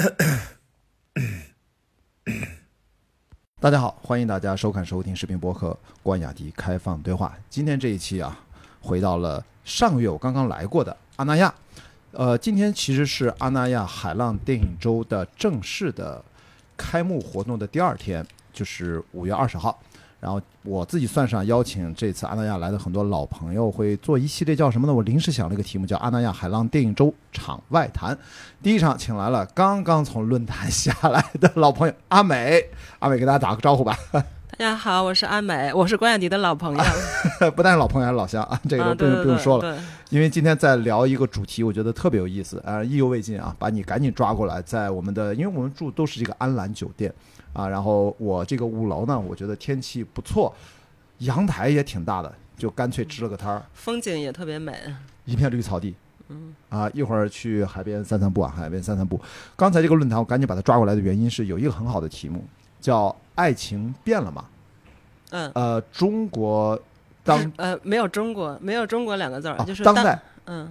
大家好，欢迎大家收看收听视频播客关雅迪开放对话。今天这一期啊，回到了上个月我刚刚来过的阿那亚。今天其实是阿那亚海浪电影周的正式的开幕活动的第二天，就是5月20号。然后我自己算上邀请这次阿那亚来的很多老朋友，会做一系列叫什么呢？我临时想了一个题目，叫阿那亚海浪电影周场外谈。第一场请来了刚刚从论坛下来的老朋友阿美，阿美给大家打个招呼吧。 大家好，我是阿美，我是关雅迪的老朋友。 不但是老朋友，还是老乡啊，这个都不用说了。因为今天在聊一个主题，我觉得特别有意思，意犹未尽啊，把你赶紧抓过来，在我们的，因为我们住都是这个安澜酒店啊，然后我这个5楼呢，我觉得天气不错，阳台也挺大的，就干脆支了个摊儿， 风景也特别美， 一片绿草地。一会儿去海边散散步啊，海边散散步。刚才这个论坛我赶紧把它抓过来的原因是有一个很好的题目，叫爱情变了吗？中国没有中国2个字儿，就是当代，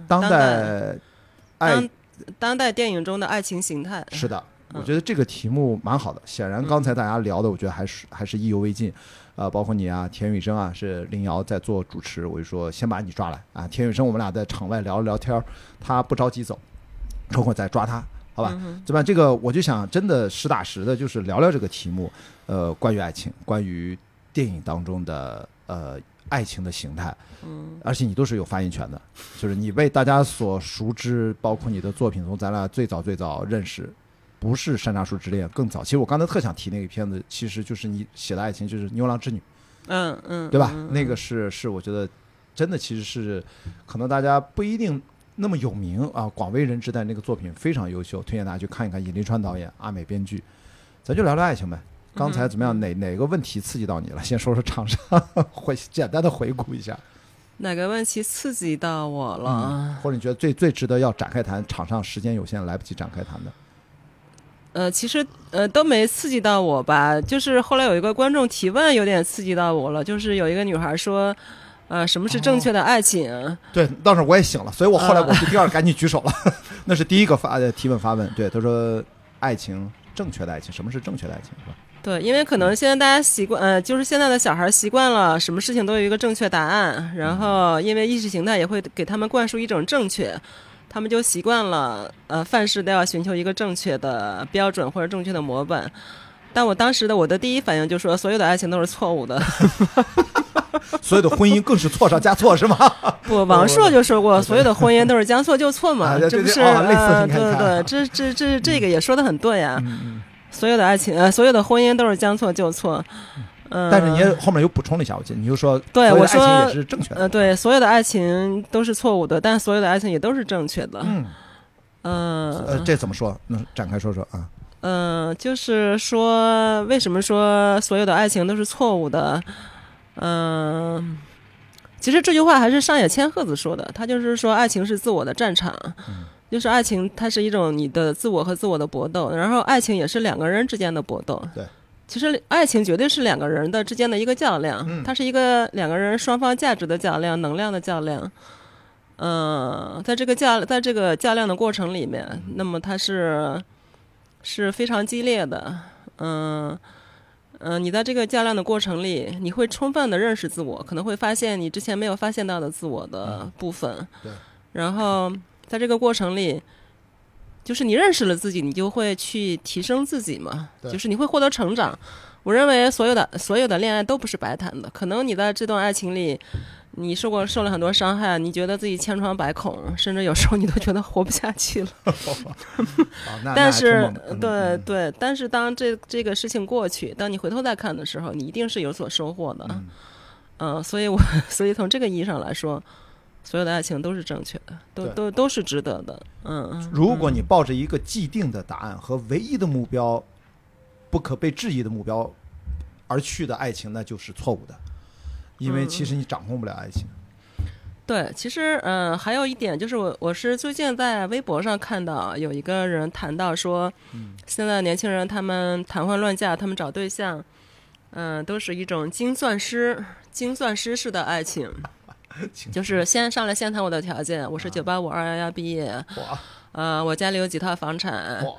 当代电影中的爱情形态。 是的，我觉得这个题目蛮好的。显然刚才大家聊的，我觉得还是意犹未尽。包括你啊，田雨生啊，是林瑶在做主持，我就说先把你抓来啊。田雨生我们俩在场外聊了聊天，他不着急走，等会儿再抓他，好吧？对吧？这个我就想真的实打实的，就是聊聊这个题目，关于爱情，关于电影当中的爱情的形态，而且你都是有发言权的，就是你被大家所熟知，包括你的作品从咱俩最早认识，不是《山楂树之恋》更早。其实我刚才特想提那个片子，其实就是你写的爱情，就是《牛郎织女》，对吧？那个是我觉得真的其实是可能大家不一定那么有名啊，广为人知，但那个作品非常优秀，推荐大家去看一看。尹力川导演，阿美编剧，咱就聊聊爱情呗。刚才怎么样？哪个问题刺激到你了？先说说场上，简单的回顾一下。 哪个问题刺激到我了？ 或者你觉得最值得要展开谈，场上时间有限，来不及展开谈的？ 其实都没刺激到我吧。就是后来有一个观众提问，有点刺激到我了。就是有一个女孩说，什么是正确的爱情？ 对，当时我也醒了，所以我后来我是第二赶紧举手了。那是第一个提问发问。对，他说爱情，正确的爱情，什么是正确的爱情？是吧？ 对，因为可能现在大家习惯，就是现在的小孩习惯了什么事情都有一个正确答案，然后因为意识形态也会给他们灌输一种正确，他们就习惯了，凡事都要寻求一个正确的标准或者正确的模板。但我当时我的第一反应就说，所有的爱情都是错误的。 所有的婚姻更是错上加错，是吗？ 不，王朔就说过，所有的婚姻都是将错就错嘛，这不是对，这个也说得很对呀。所有的爱情，所有的婚姻都是将错就错。 但是你也后面又补充了一下，我记得你就说， 对，我说爱情也是正确的。 对，所有的爱情都是错误的，但所有的爱情也都是正确的。 这怎么说？能展开说说啊？ 就是说，为什么说所有的爱情都是错误的？其实这句话还是上野千鹤子说的，他就是说，爱情是自我的战场。就是爱情，它是一种你的自我和自我的搏斗，然后爱情也是两个人之间的搏斗。 对， 其实爱情绝对是两个人的之间的一个较量，它是一个两个人双方价值的较量，能量的较量。在这个较量的过程里面，那么它是非常激烈的。你在这个较量的过程里，你会充分的认识自我，可能会发现你之前没有发现到的自我的部分。 对，然后在这个过程里，就是你认识了自己，你就会去提升自己嘛，就是你会获得成长。我认为所有的恋爱都不是白谈的，可能你在这段爱情里，你受了很多伤害，你觉得自己千疮百孔，甚至有时候你都觉得活不下去了。但是对，但是当这个事情过去，当你回头再看的时候，你一定是有所收获的。所以从这个意义上来说，所有的爱情都是正确的，都是值得的。 如果你抱着一个既定的答案和唯一的目标，不可被质疑的目标而去的爱情，那就是错误的，因为其实你掌控不了爱情。 对，其实还有一点就是我是最近在微博上看到有一个人谈到说，现在年轻人他们谈婚论嫁，他们找对象，都是一种精算师式的爱情。就是先上来先谈我的条件，我是985、211毕业，我家里有几套房产，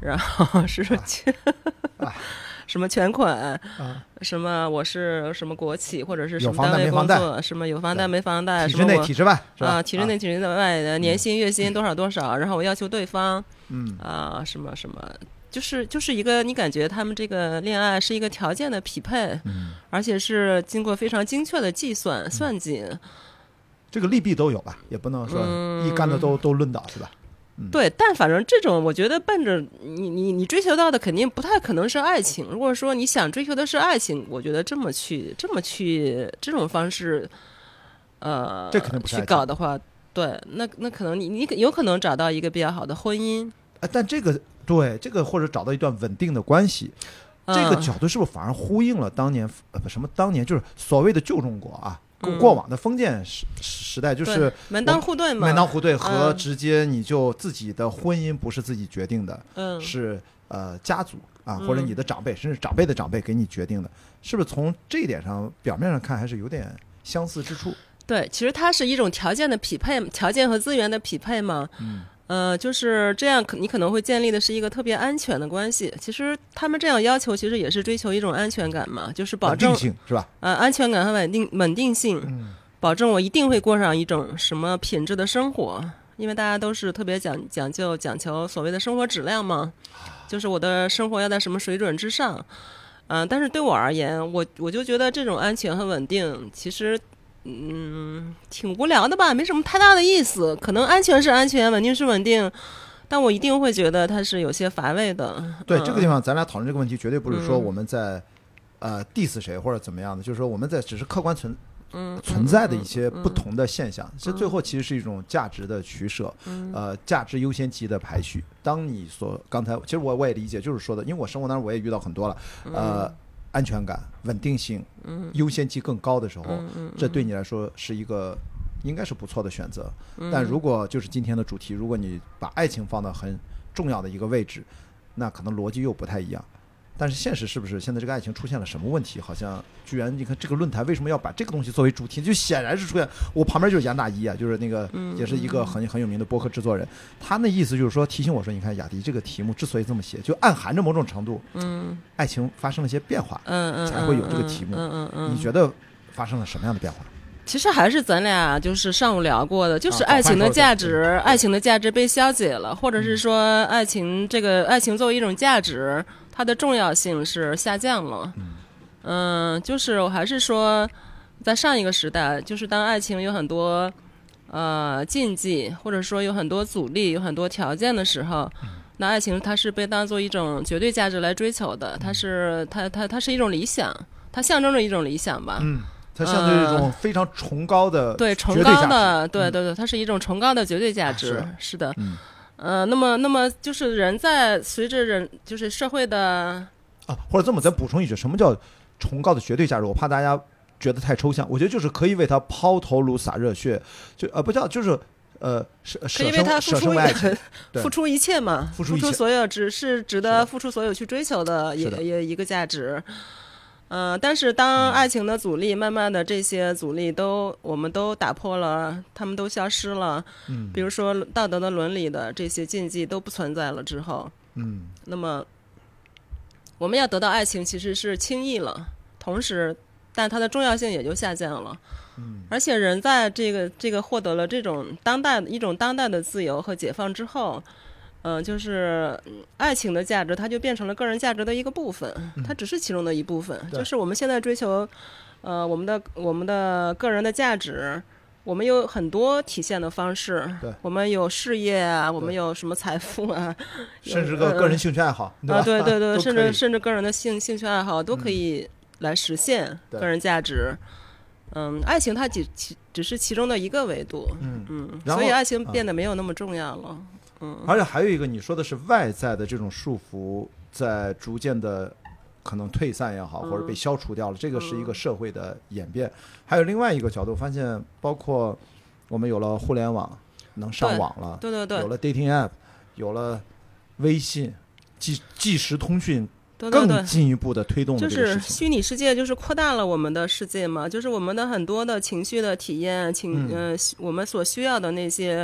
然后是什么全款，什么我是什么国企或者是什么单位工作，什么有房贷没房贷， 体制内体制外体制内体制外的年薪月薪多少多少，然后我要求对方什么什么。就是一个你感觉他们这个恋爱是一个条件的匹配，而且是经过非常精确的计算算计， 这个利弊都有吧，也不能说一竿子都论倒，是吧？ 对，但反正这种我觉得奔着你追求到的肯定不太可能是爱情。如果说你想追求的是爱情，我觉得这么去这种方式， 这肯定不是去搞的话，对，那可能你有可能找到一个比较好的婚姻， 但这个对这个或者找到一段稳定的关系，这个角度是不是反而呼应了当年当年就是所谓的旧中国啊？过往的封建时代就是门当户对嘛， 门当户对和直接你就自己的婚姻不是自己决定的，是家族啊或者你的长辈甚至长辈的长辈给你决定的，是不是从这一点上表面上看还是有点相似之处？ 对，其实它是一种条件的匹配，条件和资源的匹配嘛。就是这样，你可能会建立的是一个特别安全的关系。其实他们这样要求，其实也是追求一种安全感嘛，就是保证稳定性是吧？ 安全感和稳定性，保证我一定会过上一种什么品质的生活。因为大家都是特别讲求所谓的生活质量嘛，就是我的生活要在什么水准之上。但是对我而言，我就觉得这种安全和稳定，其实。挺无聊的吧，没什么太大的意思。可能安全是安全，稳定是稳定，但我一定会觉得它是有些乏味的。 对，这个地方咱俩讨论这个问题，绝对不是说我们在diss 谁或者怎么样的，就是说我们在只是客观存在的一些不同的现象，这最后其实是一种价值的取舍，价值优先级的排序。当你刚才其实我也理解，就是说的，因为我生活当中我也遇到很多了，安全感、稳定性，优先级更高的时候，这对你来说是一个应该是不错的选择。但如果就是今天的主题，如果你把爱情放到很重要的一个位置，那可能逻辑又不太一样。但是现实是不是现在这个爱情出现了什么问题？好像居然你看这个论坛为什么要把这个东西作为主题？就显然是出现，我旁边就是杨大一啊，就是那个也是一个很有名的播客制作人，他那意思就是说提醒我说，你看雅迪这个题目之所以这么写，就暗含着某种程度，爱情发生了些变化，才会有这个题目。你觉得发生了什么样的变化？ 其实还是咱俩就是上午聊过的，就是爱情的价值，爱情的价值被消解了，或者是说爱情作为一种价值，它的重要性是下降了。就是我还是说，在上一个时代，就是当爱情有很多禁忌，或者说有很多阻力，有很多条件的时候，那爱情它是被当做一种绝对价值来追求的，它是一种理想，它象征着一种理想吧。 它相对于一种非常崇高的对崇高的对，它是一种崇高的绝对价值，是的。那么就是人在随着人就是社会的或者这么再补充一句，什么叫崇高的绝对价值？我怕大家觉得太抽象，我觉得就是可以为他抛头颅洒热血，就不叫就是可以为他付出一切嘛， 付出所有，只是值得付出所有去追求的一个价值。但是当爱情的阻力慢慢的这些阻力我们都打破了，他们都消失了，比如说道德的伦理的这些禁忌都不存在了之后，那么我们要得到爱情其实是轻易了，同时但它的重要性也就下降了。而且人在这个获得了这种当代的自由和解放之后，就是爱情的价值，它就变成了个人价值的一个部分，它只是其中的一部分。就是我们现在追求，我们的个人的价值，我们有很多体现的方式。我们有事业啊，我们有什么财富啊， 甚至个人兴趣爱好，对吧？ 对，甚至个人的兴趣爱好都可以来实现个人价值。爱情它只是其中的一个维度。所以爱情变得没有那么重要了。 而且还有一个，你说的是外在的这种束缚在逐渐的可能退散也好，或者被消除掉了，这个是一个社会的演变。还有另外一个角度，发现包括我们有了互联网，能上网了， 对， 有了 dating app， 有了微信，即时通讯，更进一步的推动了这个事情。 就是虚拟世界就是扩大了我们的世界嘛，就是我们的很多的情绪的体验，我们所需要的那些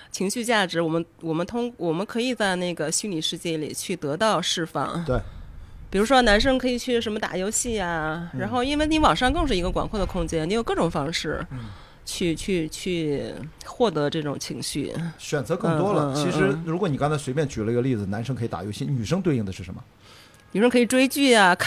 情绪价值，我们可以在那个虚拟世界里去得到释放。 对， 比如说男生可以去什么打游戏啊，然后因为你网上更是一个广阔的空间，你有各种方式。去获得这种情绪， 选择更多了。其实，如果你刚才随便举了一个例子，男生可以打游戏，女生对应的是什么？ 女生可以追剧啊，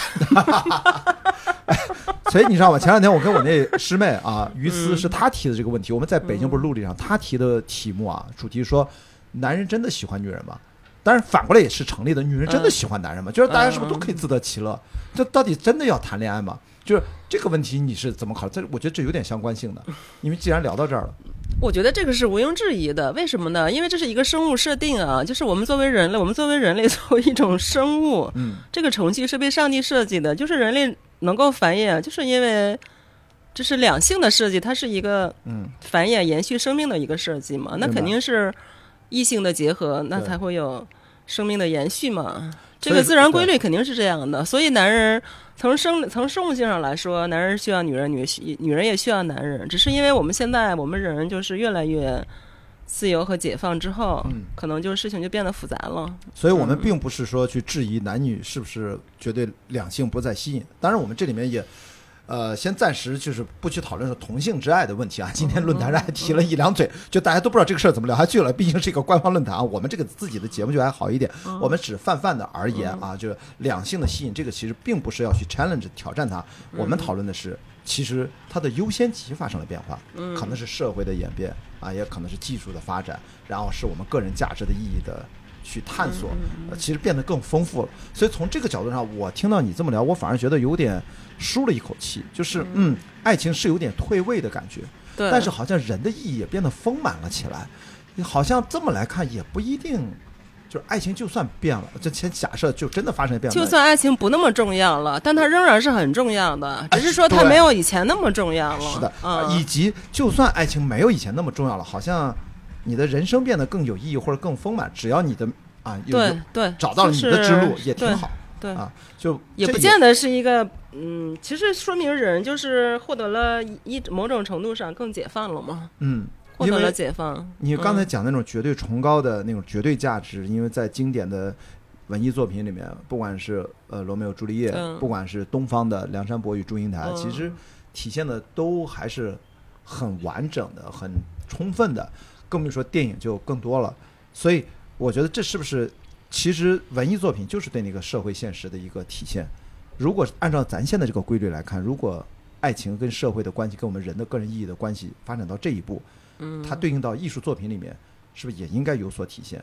所以你知道吗？前两天我跟我那师妹啊，于思是她提的这个问题。我们在北京不是陆地上，她提的题目啊，主题说男人真的喜欢女人吗？当然反过来也是成立的，女人真的喜欢男人吗？就是大家是不是都可以自得其乐？这到底真的要谈恋爱吗？就是这个问题你是怎么考虑？我觉得这有点相关性的，因为既然聊到这儿了， 我觉得这个是毋庸置疑的。为什么呢？因为这是一个生物设定啊，就是我们作为人类作为一种生物，这个程序是被上帝设计的，就是人类能够繁衍，就是因为这是两性的设计，它是一个繁衍延续生命的一个设计嘛，那肯定是异性的结合，那才会有生命的延续嘛。这个自然规律肯定是这样的，所以男人从生物性上来说，男人需要女人，女人也需要男人，只是因为我们现在我们人就是越来越自由和解放之后，可能就事情就变得复杂了。 所以我们并不是说去质疑男女是不是绝对两性不再吸引，当然我们这里面也先暂时就是不去讨论说同性之爱的问题啊。今天论坛上还提了一两嘴，就大家都不知道这个事儿怎么聊下去了。毕竟是一个官方论坛啊，我们这个自己的节目就还好一点，我们只泛的而言啊，就是两性的吸引，这个其实并不是要去 challenge 挑战它，我们讨论的是其实它的优先级发生了变化，可能是社会的演变啊，也可能是技术的发展，然后是我们个人价值的意义的去探索，其实变得更丰富了。所以从这个角度上，我听到你这么聊，我反而觉得有点舒了一口气，就是爱情是有点退位的感觉， 对， 但是好像人的意义也变得丰满了起来。好像这么来看也不一定，就是爱情就算变了，这先假设就真的发生变化， 就算爱情不那么重要了，但它仍然是很重要的，只是说它没有以前那么重要了。 是的，以及就算爱情没有以前那么重要了，好像你的人生变得更有意义或者更丰满，只要你的对找到了你的之路也挺好。 对啊，就也不见得是一个其实说明人就是获得了某种程度上更解放了嘛。获得了解放。 你刚才讲那种绝对崇高的那种绝对价值，因为在经典的文艺作品里面，不管是罗密欧朱丽叶，不管是东方的梁山伯与祝英台，其实体现的都还是很完整的、很充分的，更别说电影就更多了。所以我觉得这是不是其实文艺作品就是对那个社会现实的一个体现？如果按照咱现在这个规律来看，如果爱情跟社会的关系跟我们人的个人意义的关系发展到这一步，它对应到艺术作品里面是不是也应该有所体现？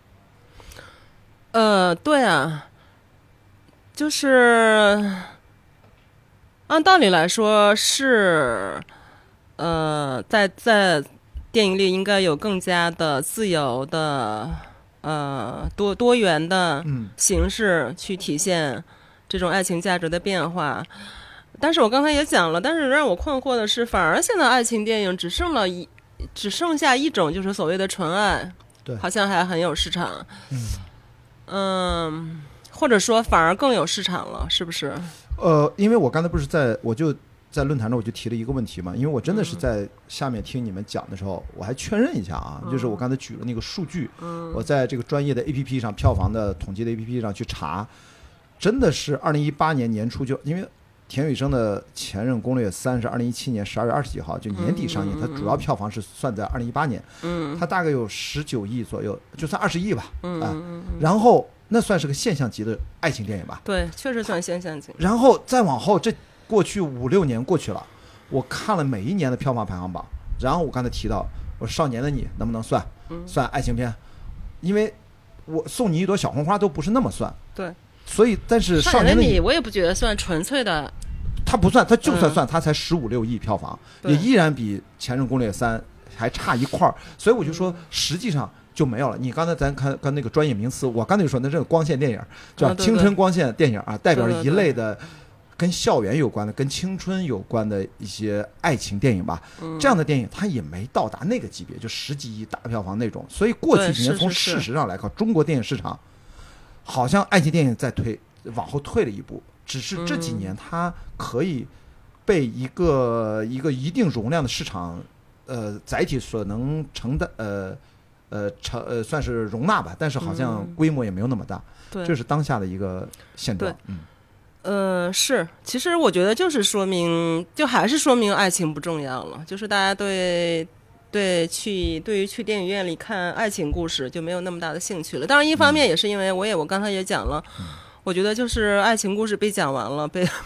对啊，就是按道理来说是在电影里应该有更加的自由的多元的形式去体现这种爱情价值的变化。但是我刚才也讲了，但是让我困惑的是，反而现在爱情电影只剩下一种，就是所谓的纯爱， 对， 好像还很有市场。或者说反而更有市场了，是不是？ 因为我刚才不是我就在论坛上我就提了一个问题嘛，因为我真的是在下面听你们讲的时候，我还确认一下啊，就是我刚才举了那个数据，我在这个专业的 APP 上，票房的统计的 APP 上去查，真的是2018年年初就因为。田雨生的《前任攻略3》是2017年12月20几号就年底上映，它主要票房是算在2018年，它大概有19亿左右，就算20亿吧，然后那算是个现象级的爱情电影吧？ 对，确实算现象级。 然后再往后，这过去5-6年过去了，我看了每一年的票房排行榜，然后我刚才提到，我少年的你能不能算爱情片？因为我送你一朵小红花都不是那么算， 对。 所以，但是少年的你，我也不觉得算纯粹的。 他不算，他就算他才15-16亿票房，也依然比《前任攻略3》还差一块儿。所以我就说，实际上就没有了。你刚才咱看那个专业名词，我刚才就说那这个光线电影，叫青春光线电影啊，代表了一类的跟校园有关的、跟青春有关的一些爱情电影吧。这样的电影它也没到达那个级别，就10几亿大票房那种。所以过去几年从事实上来看，中国电影市场。好像爱情电影在往后退了一步，只是这几年它可以被一个一定容量的市场载体所能算是容纳吧，但是好像规模也没有那么大， 对， 这是当下的一个现状。 是，其实我觉得就是说明，就还是说明爱情不重要了，就是大家对于去电影院里看爱情故事就没有那么大的兴趣了。当然，一方面也是因为我刚才也讲了，我觉得就是爱情故事被讲完了，被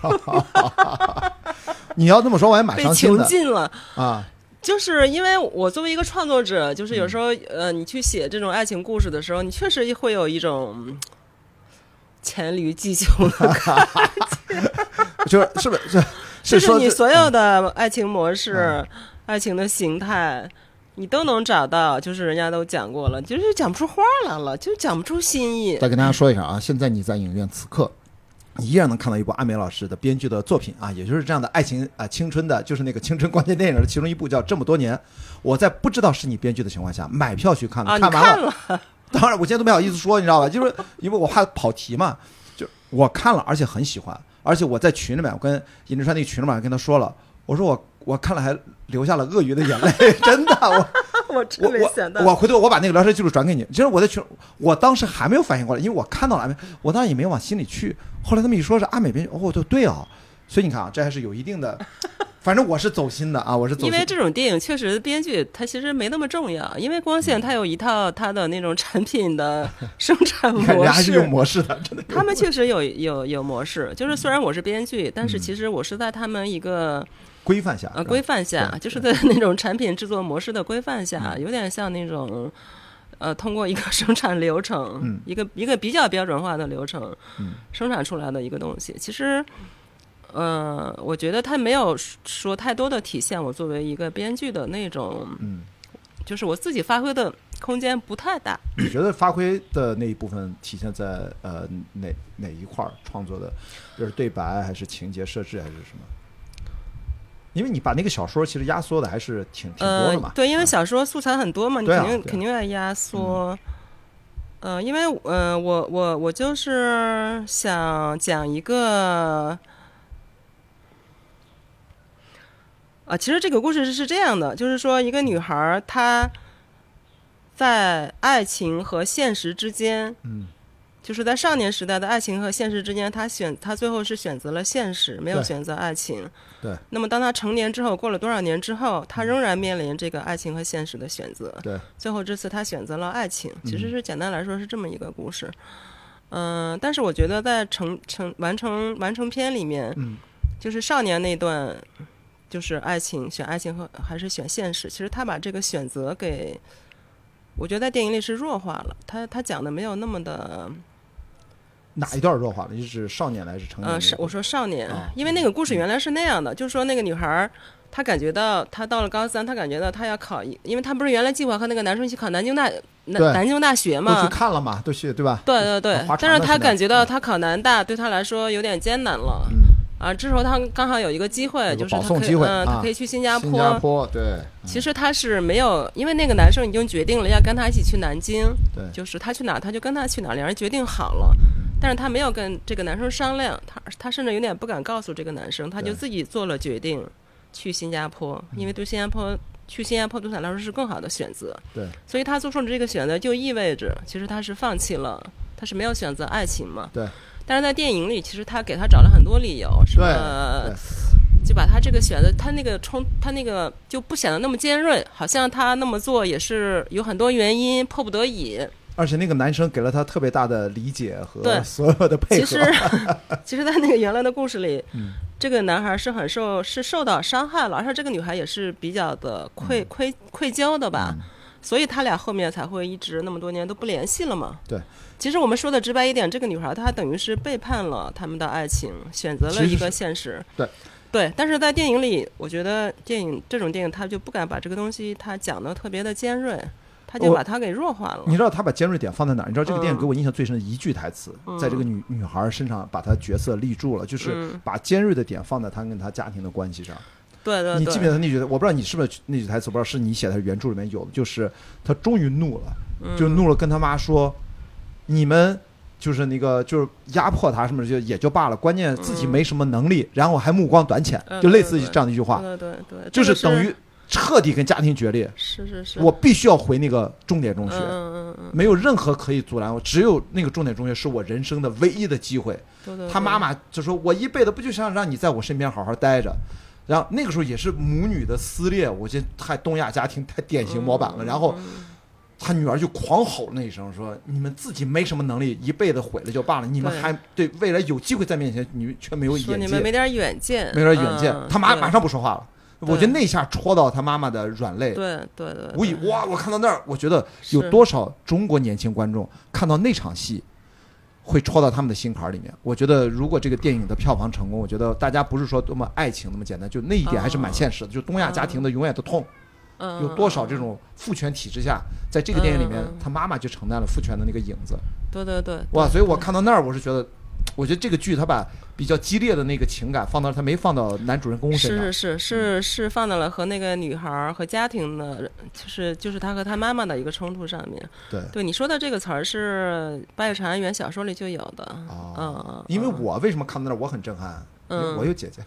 你要这么说，我也蛮伤心的， 被囚禁了啊。 就是因为我作为一个创作者，就是有时候你去写这种爱情故事的时候，你确实会有一种黔驴技穷的感觉，是不是？ 就是你所有的爱情模式、爱情的形态，你都能找到，就是人家都讲过了，就是讲不出花来了，就讲不出新意。 再跟大家说一下啊，现在你在影院此刻，你依然能看到一部阿美老师的编剧的作品啊，也就是这样的爱情青春的，就是那个青春关键电影的其中一部叫《这么多年》。我在不知道是你编剧的情况下买票去看了，看完了。当然，我现在都没好意思说，你知道吧？就是因为我怕跑题嘛。就我看了，而且很喜欢，而且我在群里面，我跟尹志川那个群里面跟他说了，我说我看了还流下了鳄鱼的眼泪，真的， 我真没想到。 我回头我把那个聊天记录转给你。其实我在群，我当时还没有反应过来，因为我看到了阿美，我当然也没往心里去。后来他们一说是阿美编剧，哦，对啊，所以你看啊，这还是有一定的。反正我是走心的啊，我是走心。 因为这种电影确实编剧它其实没那么重要，因为光线它有一套它的那种产品的生产模式， 人家还是有模式的，真的。 他们确实有模式，就是虽然我是编剧，但是其实我是在他们一个规范下， 就是在那种产品制作模式的规范下，有点像那种通过一个生产流程，一个比较标准化的流程，生产出来的一个东西，其实。我觉得他没有说太多的体现我作为一个编剧的那种，就是我自己发挥的空间不太大。 你觉得发挥的那一部分体现在哪一块创作的，就是对白还是情节设置还是什么？因为你把那个小说其实压缩的还是挺多的嘛。 对，因为小说素材很多嘛，你肯定要压缩。因为我就是想讲一个。其实这个故事是这样的，就是说一个女孩她在爱情和现实之间，就是在少年时代的爱情和现实之间，她最后是选择了现实，没有选择爱情。 对。 那么当她成年之后，过了多少年之后，她仍然面临这个爱情和现实的选择。 对。 最后这次她选择了爱情，其实是简单来说是这么一个故事。但是我觉得在完成篇里面，就是少年那段。就是爱情，选爱情和还是选现实，其实他把这个选择给，我觉得在电影里是弱化了，他讲的没有那么的。 哪一段弱化了？就是少年还是成年？ 我说少年，因为那个故事原来是那样的，就是说那个女孩她感觉到她到了高三，她感觉到她要考，因为她不是原来计划和那个男生一起考南京大学嘛， 都去看了嘛，都去对吧？ 对，但是她感觉到她考南大对她来说有点艰难了。之后他刚好有一个机会，就是他可以去新加坡。 新加坡对。 其实他是没有，因为那个男生已经决定了要跟他一起去南京。 对。 就是他去哪他就跟他去哪，两人决定好了。但是他没有跟这个男生商量，他甚至有点不敢告诉这个男生，他就自己做了决定去新加坡，因为对去新加坡对他来说是更好的选择。 对。 所以他做出了这个选择，就意味着其实他是放弃了，他是没有选择爱情嘛。 对。 但是在电影里，其实他给他找了很多理由，什么就把他这个选择，他那个就不显得那么尖锐，好像他那么做也是有很多原因，迫不得已。 而且那个男生给了他特别大的理解和所有的配合。 其实在那个原来的故事里，这个男孩是受到伤害了，而且这个女孩也是比较的愧疚的吧。所以他俩后面才会一直那么多年都不联系了嘛。 对， 其实我们说的直白一点，这个女孩她等于是背叛了他们的爱情，选择了一个现实。对，但是在电影里，我觉得这种电影他就不敢把这个东西他讲的特别的尖锐，他就把它给弱化了。 你知道他把尖锐点放在哪儿？你知道这个电影给我印象最深的一句台词，在这个女孩身上把她角色立住了，就是把尖锐的点放在她跟她家庭的关系上。 对， 你记不记得那句？我不知道你是不是那句台词，我不知道是你写的还是原著里面有的，就是他终于怒了，就怒了，跟他妈说：“你们就是那个就是压迫他什么也就罢了，关键自己没什么能力，然后还目光短浅，就类似于这样的一句话。 对， 就是等于彻底跟家庭决裂， 是， 我必须要回那个重点中学，没有任何可以阻拦我，只有那个重点中学是我人生的唯一的机会。 对， 他妈妈就说：“我一辈子不就想让你在我身边好好待着。”然后那个时候也是母女的撕裂，我觉得太东亚家庭太典型模板了。然后他女儿就狂吼那一声说：“你们自己没什么能力，一辈子毁了就罢了，你们还对未来有机会在面前，你们却没有眼界， 你们没点远见， 没点远见。”他妈马上不说话了。我觉得那下戳到他妈妈的软肋， 对， 无以哇！我看到那儿，我觉得有多少中国年轻观众看到那场戏，会戳到他们的心坎里面。我觉得如果这个电影的票房成功，我觉得大家不是说多么爱情那么简单，就那一点还是蛮现实的。就东亚家庭的永远的痛，有多少这种父权体制下，在这个电影里面，他妈妈就承担了父权的那个影子。 对， 哇！所以我看到那儿，我是觉得。我觉得这个剧他把比较激烈的那个情感放到他没放到男主人公身上， 是放到了和那个女孩和家庭的，就是他和他妈妈的一个冲突上面。对，你说的这个词儿是八月长安原小说里就有的。 因为我为什么看到那儿我很震撼？我有姐姐。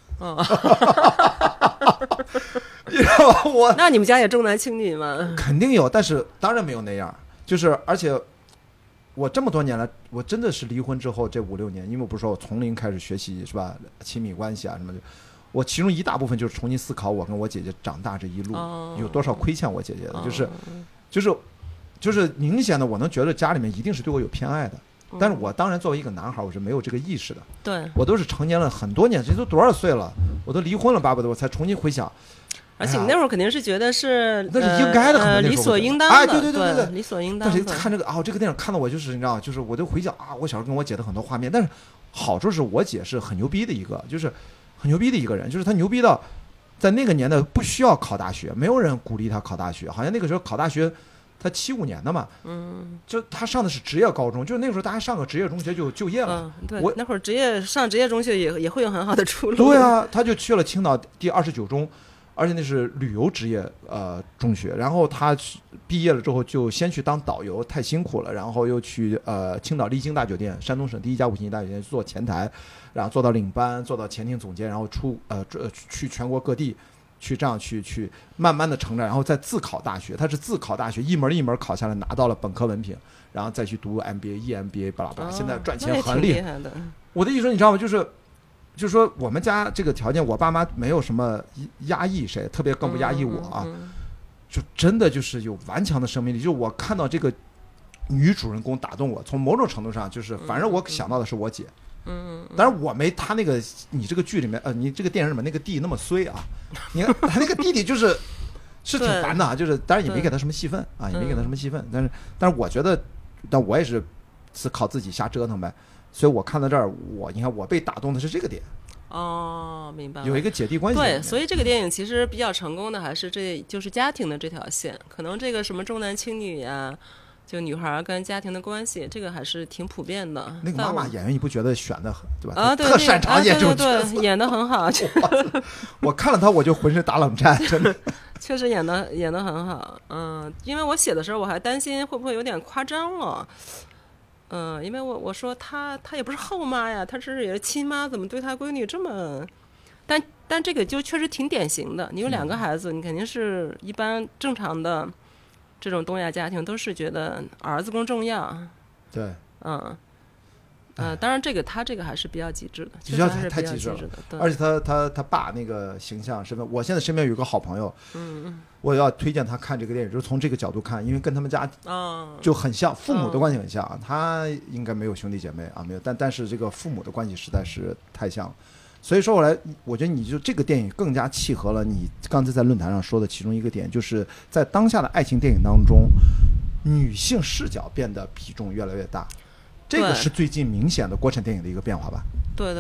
你知道吧？ 那你们家也重男轻女吗？ 肯定有，但是当然没有那样。就是而且。我这么多年来，我真的是离婚之后这5-6年，因为我不是说我从零开始学习是吧，亲密关系啊什么的，我其中一大部分就是重新思考我跟我姐姐长大这一路有多少亏欠我姐姐的，就是明显的我能觉得家里面一定是对我有偏爱的，但是我当然作为一个男孩我是没有这个意识的， 对， 我都是成年了很多年，这都多少岁了，我都离婚了巴不得我才重新回想。 而且你那会儿肯定是觉得是那是应该的， 理所应当的， 对， 理所应当的。 但是看这个这个电影看到我就是你知道，就是我就回想我小时候跟我姐的很多画面。但是好处是我姐是很牛逼的一个，就是很牛逼的一个人，就是她牛逼到在那个年代不需要考大学，没有人鼓励她考大学，好像那个时候考大学。他75年的嘛，就他上的是职业高中，就是那个时候大家上个职业中学就就业了。 对，那会儿上职业中学也会有很好的出路。 对啊，他就去了青岛第29中。而且那是旅游职业中学，然后他毕业了之后就先去当导游，太辛苦了，然后又去青岛丽晶大酒店，山东省第一家5星级大酒店做前台，然后做到领班，做到前厅总监，然后去全国各地去这样去慢慢的成长，然后再自考大学，他是自考大学一门一门考下来拿到了本科文凭，然后再去读 MBA、EMBA 巴拉巴拉，现在赚钱很厉害的。我的意思说你知道吗？就是说我们家这个条件，我爸妈没有什么压抑谁，特别更不压抑我啊，就真的就是有顽强的生命力。就我看到这个女主人公打动我，从某种程度上就是，反正我想到的是我姐。当然我没他那个你这个剧里面你这个电影里面那个弟那么衰啊，你看他那个弟弟是挺烦的啊，就是当然也没给他什么戏份啊，也没给他什么戏份，但是我觉得，但我也是靠自己瞎折腾呗。所以我看到这儿，你看我被打动的是这个点。 明白了。 有一个姐弟关系。 对，所以这个电影其实比较成功的还是就是家庭的这条线，可能这个什么重男轻女呀，就女孩跟家庭的关系，这个还是挺普遍的。 那个妈妈演员你不觉得选的对吧？ 对， 特擅长演这种角色， 对，演得很好。 我看了她我就浑身打冷战，真的。 确实演得很好。因为我写的时候我还担心会不会有点夸张了。因为我说她也不是后妈呀，她也是亲妈，怎么对她闺女这么？但这个就确实挺典型的。你有2个孩子，你肯定是一般正常的这种东亚家庭都是觉得儿子更重要。 对， 当然他这个还是比较极致的， 比较太极致了。而且他爸那个形象身份，我现在身边有一个好朋友，我要推荐他看这个电影，就是从这个角度看，因为跟他们家就很像，父母的关系很像。他应该没有兄弟姐妹啊，没有，但是这个父母的关系实在是太像了。所以说我觉得你就这个电影更加契合了你刚才在论坛上说的其中一个点，就是在当下的爱情电影当中，女性视角变得比重越来越大。这个是最近明显的国产电影的一个变化吧？对，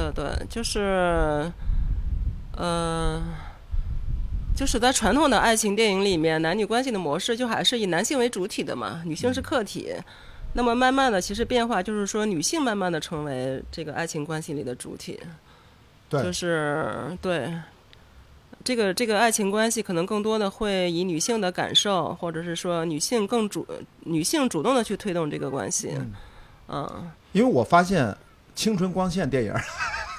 就是在传统的爱情电影里面，男女关系的模式就还是以男性为主体的嘛，女性是客体。那么慢慢的，其实变化就是说，女性慢慢的成为这个爱情关系里的主体。 对， 就是对这个爱情关系，可能更多的会以女性的感受，或者是说女性主动的去推动这个关系。 因为我发现青春光线电影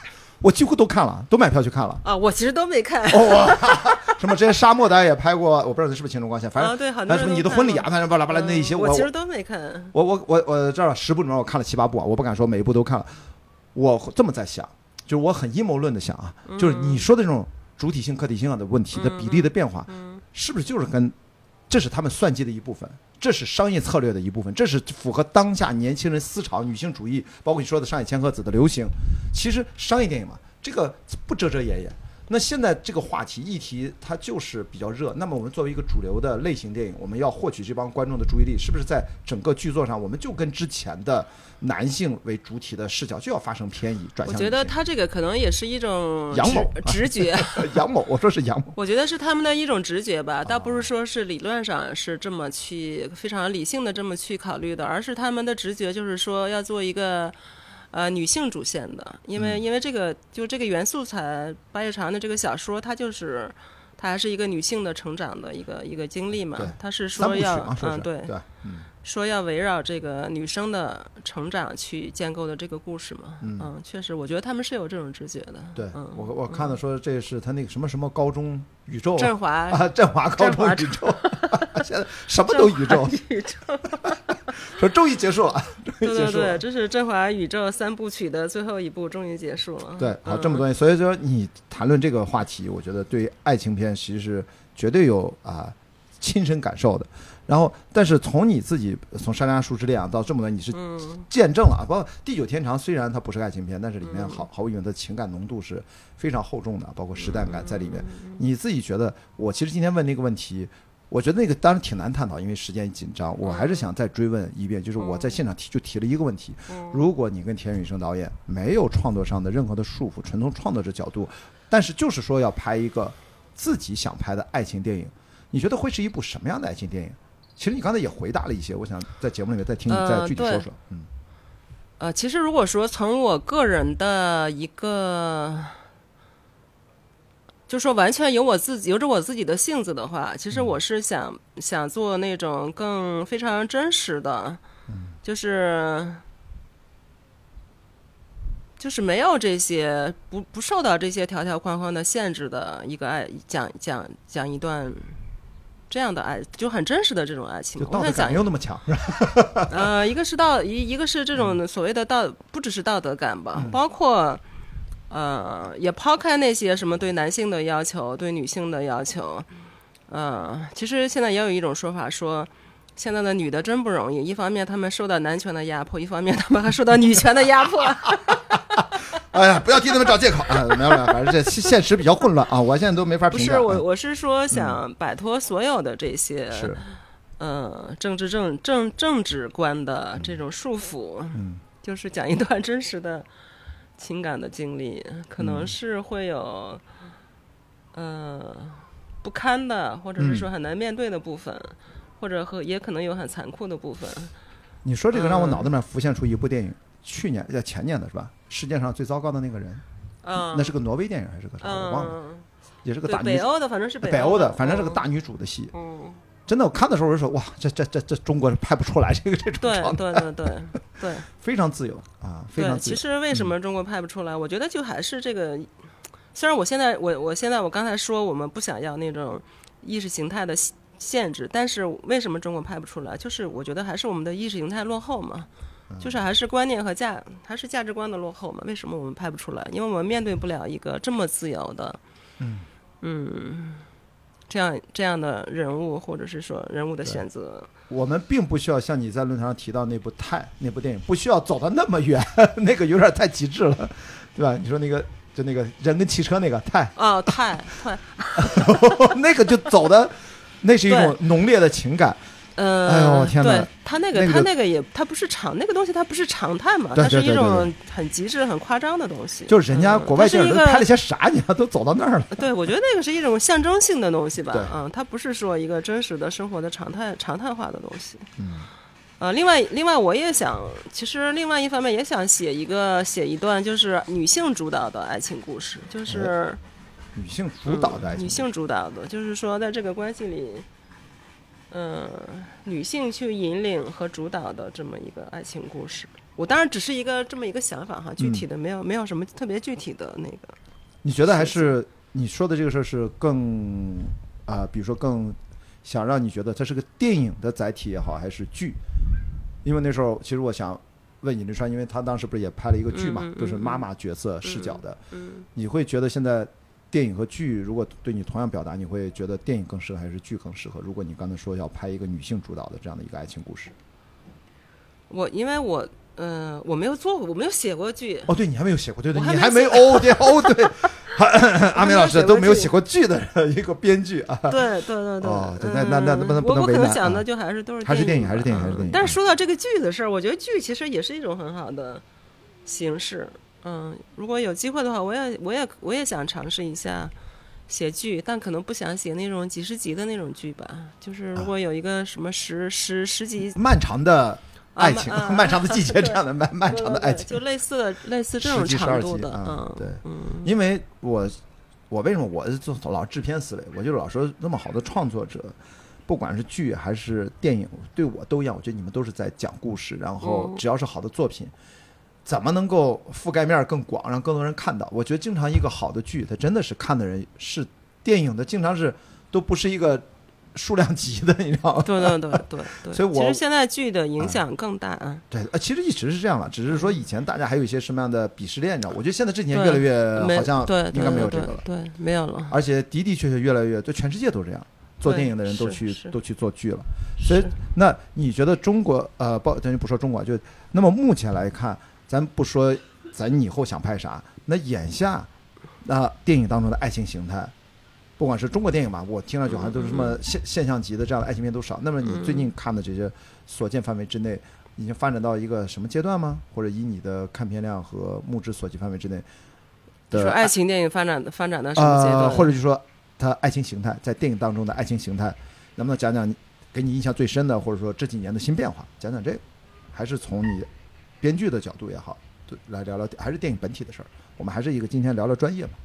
我几乎都看了，都买票去看了。 啊，我其实都没看。 什么这些沙漠的也拍过，我不知道是不是青春光线，反正对，好多人什么你的婚礼啊，反正巴拉巴拉那一些， 我其实都没看。 我这儿10部里面我看了7、8部啊，我不敢说每一部都看了。我这么在想，就是我很阴谋论的想啊，就是你说的这种主体性、客体性的问题的比例的变化，是不是就是这是他们算计的一部分，这是商业策略的一部分，这是符合当下年轻人思潮、女性主义，包括你说的上野千鹤子的流行。其实商业电影嘛，这个不遮遮掩掩。那现在这个话题议题它就是比较热，那么我们作为一个主流的类型电影，我们要获取这帮观众的注意力，是不是在整个剧作上我们就跟之前的男性为主体的视角就要发生偏移转向？我觉得他这个可能也是一种阳谋直觉。 阳谋，我说是阳谋。 我觉得是他们的一种直觉吧，倒不是说是理论上是这么去非常理性的这么去考虑的，而是他们的直觉就是说要做一个女性主线的，因为这个原素材八叶长的这个小说，它还是一个女性的成长的一个经历嘛，它是说要对，说要围绕这个女生的成长去建构的这个故事嘛，确实，我觉得他们是有这种直觉的。 对，我看到说这是他那个什么高中宇宙， 振华高中宇宙，现在什么都宇宙。说终于结束了， 对，这是振华宇宙3部曲的最后一部，终于结束了。 对，好，这么多年，所以说你谈论这个话题，我觉得对爱情片其实是绝对有亲身感受的。然后，但是从你自己从《山楂树之恋》到这么多，你是见证了包括《地久天长》，虽然它不是爱情片，但是里面毫无疑问的情感浓度是非常厚重的，包括时代感在里面。你自己觉得，我其实今天问那个问题，我觉得那个当然挺难探讨，因为时间紧张。我还是想再追问一遍，就是我在现场提了一个问题：如果你跟田雨生导演没有创作上的任何的束缚，纯从创作者角度，但是就是说要拍一个自己想拍的爱情电影，你觉得会是一部什么样的爱情电影？其实你刚才也回答了一些，我想在节目里面再听你再具体说说。 其实如果说从我个人的一个，就说完全由着我自己的性子的话，其实我是想做那种更非常真实的，就是没有这些不受到这些条条框框的限制的一个爱，讲一段这样的爱，就很真实的这种爱情。 就道德感没有那么强， 一个是这种所谓的不只是道德感吧，包括也抛开那些什么对男性的要求、对女性的要求。其实现在也有一种说法说，现在的女的真不容易，一方面她们受到男权的压迫，一方面她们还受到女权的压迫。 哎呀，不要替他们找借口啊！没有，反正这现实比较混乱啊，我现在都没法评价。 不是我是说想摆脱所有的这些政治观的这种束缚，就是讲一段真实的情感的经历，可能是会有不堪的，或者是说很难面对的部分，或者也可能有很残酷的部分。 你说这个让我脑子里面浮现出一部电影，前年的是吧？世界上最糟糕的那个人，那是个挪威电影还是个啥？我忘了，也是个大女主， 北欧的，反正是北欧的，反正是个大女主的戏。真的，我看的时候我就说，哇，这中国拍不出来这种状态。 对， 非常自由啊，非常自由。 其实为什么中国拍不出来？我觉得就还是这个。虽然我刚才说我们不想要那种意识形态的限制，但是为什么中国拍不出来？就是我觉得还是我们的意识形态落后嘛。就是还是观念和还是价值观的落后嘛？为什么我们拍不出来？因为我们面对不了一个这么自由的，这样的人物，或者是说人物的选择。 我们并不需要像你在论坛上提到那部电影，不需要走到那么远，那个有点太极致了，对吧？你说那个就那个人跟汽车那个太，那个就走的，那是一种浓烈的情感。哎呦天哪！ 对，他那个也，他不是那个东西，它不是常态嘛，它是一种很极致、很夸张的东西。 就是人家国外电影都拍了些啥，你看都走到那儿了。 对，我觉得那个是一种象征性的东西吧，它不是说一个真实的生活的常态化的东西。另外我也想，其实另外一方面也想写一段就是女性主导的爱情故事，就是女性主导的爱情， 女性主导的，就是说在这个关系里。 女性去引领和主导的这么一个爱情故事。我当然只是这么一个想法哈，具体的没有什么特别具体的那个。 你觉得还是你说的这个事儿是更比如说更想让你觉得它是个电影的载体也好，还是剧？因为那时候其实我想问尹丽川，因为他当时不是也拍了一个剧嘛，就是妈妈角色视角的。你会觉得现在电影和剧如果对你同样表达，你会觉得电影更适合还是剧更适合？如果你刚才说要拍一个女性主导的这样的一个爱情故事， 因为我没有做过，我没有写过剧。 哦，对，你还没有写过，对对， 你还没对，阿美老师都没有写过剧的一个编剧啊。 对。 哦，那不能我为难。 可能想的就还是都是电影，还是电影。 但是说到这个剧的事儿，我觉得剧其实也是一种很好的形式。如果有机会的话，我也想尝试一下写剧，但可能不想写那种几十集的那种剧吧。就是如果有一个什么十集漫长的爱情，漫长的季节这样的漫长的爱情， 就类似这种长度的。 对，因为我为什么我做老制片思维，我就老说那么好的创作者，不管是剧还是电影，对我都一样。我觉得你们都是在讲故事，然后只要是好的作品，怎么能够覆盖面更广，让更多人看到？我觉得经常一个好的剧，它真的是看的人是电影的，经常是都不是一个数量级的，你知道吗？ 对。 所以其实现在剧的影响更大。 对，其实一直是这样了，只是说以前大家还有一些什么样的鄙视链，你知道？我觉得现在这几年越来越好像应该没有这个了， 对，没有了。 而且的确越来越，对，全世界都这样，做电影的人都去做剧了。所以，那你觉得中国等于不说中国，就那么目前来看，咱不说咱以后想拍啥，那眼下电影当中的爱情形态，不管是中国电影吧，我听上去好像都是什么现象级的这样的爱情片都少。那么你最近看的这些所见范围之内，已经发展到一个什么阶段吗？或者以你的看片量和目之所及范围之内的， 说爱情电影发展到什么阶段？ 或者就说它爱情形态，在电影当中的爱情形态，能不能讲讲给你印象最深的，或者说这几年的新变化？讲讲这个，还是从你编剧的角度也好，来聊聊，还是电影本体的事儿。我们还是今天聊聊专业嘛。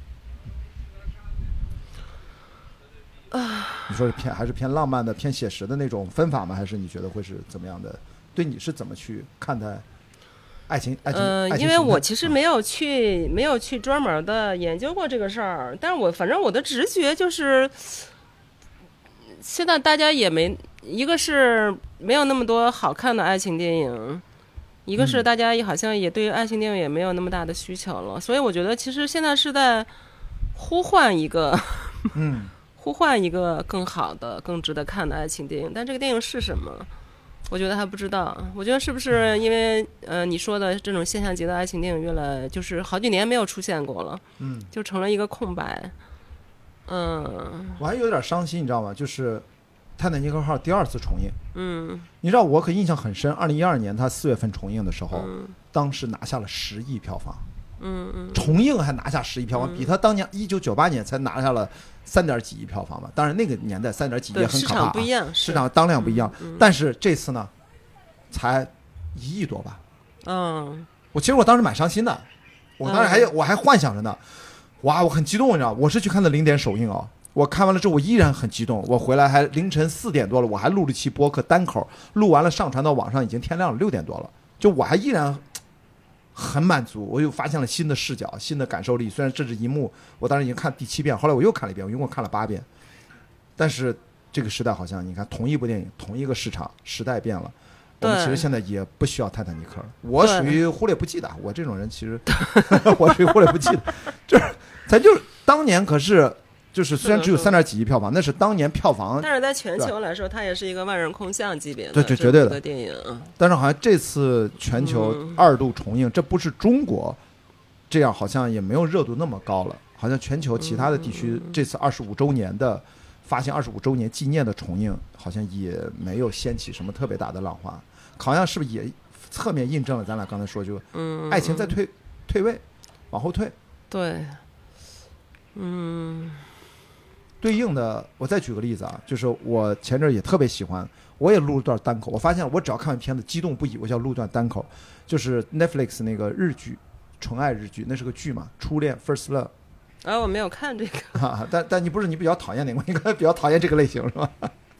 你说是还是偏浪漫的、偏写实的那种分法吗？还是你觉得会是怎么样的？对你是怎么去看待爱情？ 因为我其实没有去专门的研究过这个事儿，但是反正我的直觉就是，现在大家也一个是没有那么多好看的爱情电影，一个是大家好像也对爱情电影也没有那么大的需求了，所以我觉得其实现在是在呼唤一个更好的、更值得看的爱情电影，但这个电影是什么，我觉得还不知道。我觉得是不是因为你说的这种现象级的爱情电影就是好几年没有出现过了，就成了一个空白。 我还有点伤心，你知道吗？就是《泰坦尼克号》第二次重映。你知道我可印象很深，2012年它4月份重映的时候，当时拿下了10亿票房。重映还拿下10亿票房，比他当年1998年才拿下了3点几亿票房吧。当然那个年代3点几亿也很可怕， 市场不一样， 市场当量不一样。但是这次呢，才1亿多吧。其实我当时蛮伤心的，我当时我还幻想着呢，哇，我很激动，你知道，我是去看的0点首映我看完了之后我依然很激动，我回来还凌晨4点多了，我还录了期播客单口，录完了上传到网上已经天亮了6点多了，就我还依然很满足，我又发现了新的视角、新的感受力。虽然这是一幕，我当时已经看第7遍，后来我又看了一遍，我一共看了8遍。但是这个时代好像，你看同一部电影、同一个市场，时代变了。我们其实现在也不需要泰坦尼克了。我属于忽略不计的，我这种人其实我属于忽略不计的，就是当年可是。就是虽然只有3点几亿票房，那是当年票房， 但是在全球来说，它也是一个万人空巷级别的， 对，绝对的电影。 但是好像这次全球2度重映，这不是中国这样，好像也没有热度那么高了。好像全球其他的地区这次25周年的发行25周年纪念的重映，好像也没有掀起什么特别大的浪花。好像是不是也侧面印证了咱俩刚才说，就爱情在退位，往后退。 对， 对应的，我再举个例子啊，就是我前阵也特别喜欢，我也录了段单口。我发现我只要看完片子激动不已，我就要录段单口。就是 Netflix 那个日剧，纯爱日剧，那是个剧嘛，初恋 First Love。 我没有看这个。 但你比较讨厌哪个？应该比较讨厌这个类型是吧？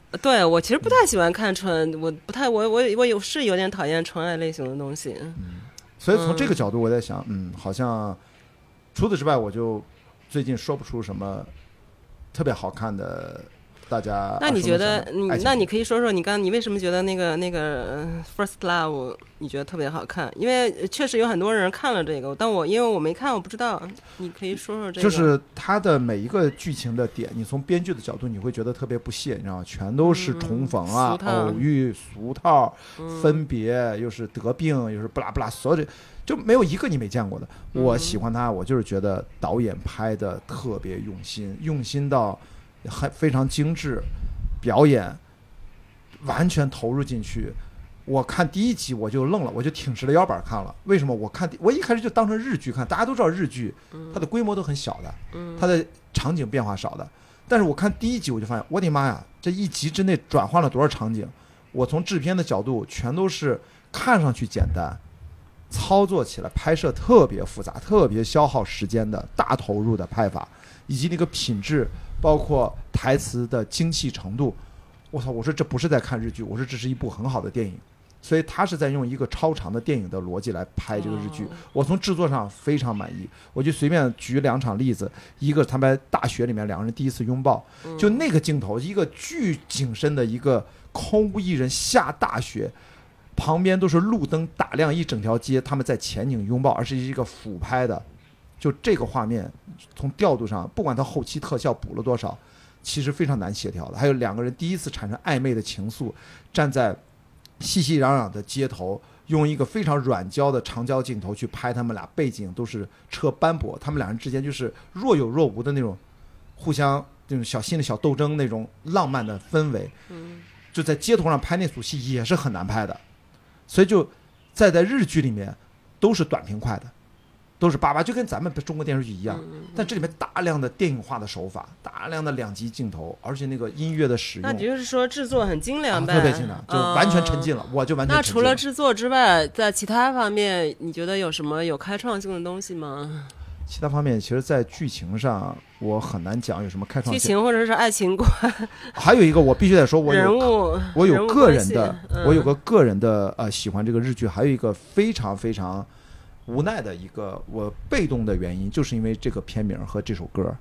对，我其实不太喜欢看我不太我有点讨厌纯爱类型的东西。 所以从这个角度我在想，好像除此之外，我就最近说不出什么特别好看的。大家那你觉得那你可以说说你为什么觉得那个First Love 你觉得特别好看？因为确实有很多人看了这个，但因为我没看，我不知道。你可以说说这个。 就是它的每一个剧情的点，你从编剧的角度你会觉得特别不屑，你知道吗？全都是重逢啊、偶遇、俗套、分别，又是得病，又是不拉不拉，所有的就没有一个你没见过的。我喜欢它，我就是觉得导演拍的特别用心，用心到非常精致，表演完全投入进去。我看第一集我就愣了，我就挺直了腰板看了。为什么？我一开始就当成日剧看，大家都知道日剧它的规模都很小的，它的场景变化少的。但是我看第一集我就发现，我的妈呀，这一集之内转换了多少场景。我从制片的角度全都是看上去简单，操作起来拍摄特别复杂，特别消耗时间的大投入的拍法，以及那个品质，包括台词的精细程度。我操！我说这不是在看日剧，我说这是一部很好的电影。所以他是在用一个超长的电影的逻辑来拍这个日剧。我从制作上非常满意。我就随便举2场例子，一个他们在大学里面两个人第一次拥抱，就那个镜头，一个巨景深的一个空无一人下大雪，旁边都是路灯打亮一整条街，他们在前景拥抱，而是一个俯拍的。就这个画面从调度上，不管他后期特效补了多少，其实非常难协调的。还有两个人第一次产生暧昧的情愫，站在熙熙攘攘的街头，用一个非常软焦的长焦镜头去拍他们俩，背景都是车斑驳，他们两人之间就是若有若无的那种互相那种小心的小斗争，那种浪漫的氛围。就在街头上拍那组戏也是很难拍的，所以就在日剧里面都是短平快的，都是叭叭，就跟咱们中国电视剧一样。但这里面大量的电影化的手法，大量的2级镜头，而且那个音乐的使用， 那就是说制作很精良呗， 特别精良，就完全沉浸了。我就完全沉浸了。 那除了制作之外，在其他方面你觉得有什么有开创性的东西吗？ 其他方面，其实在剧情上我很难讲有什么开创性， 剧情或者是爱情观。还有一个我必须得说，我有个人的，我有个个人的喜欢这个日剧，还有一个非常非常无奈的一个我被动的原因，就是因为这个片名和这首歌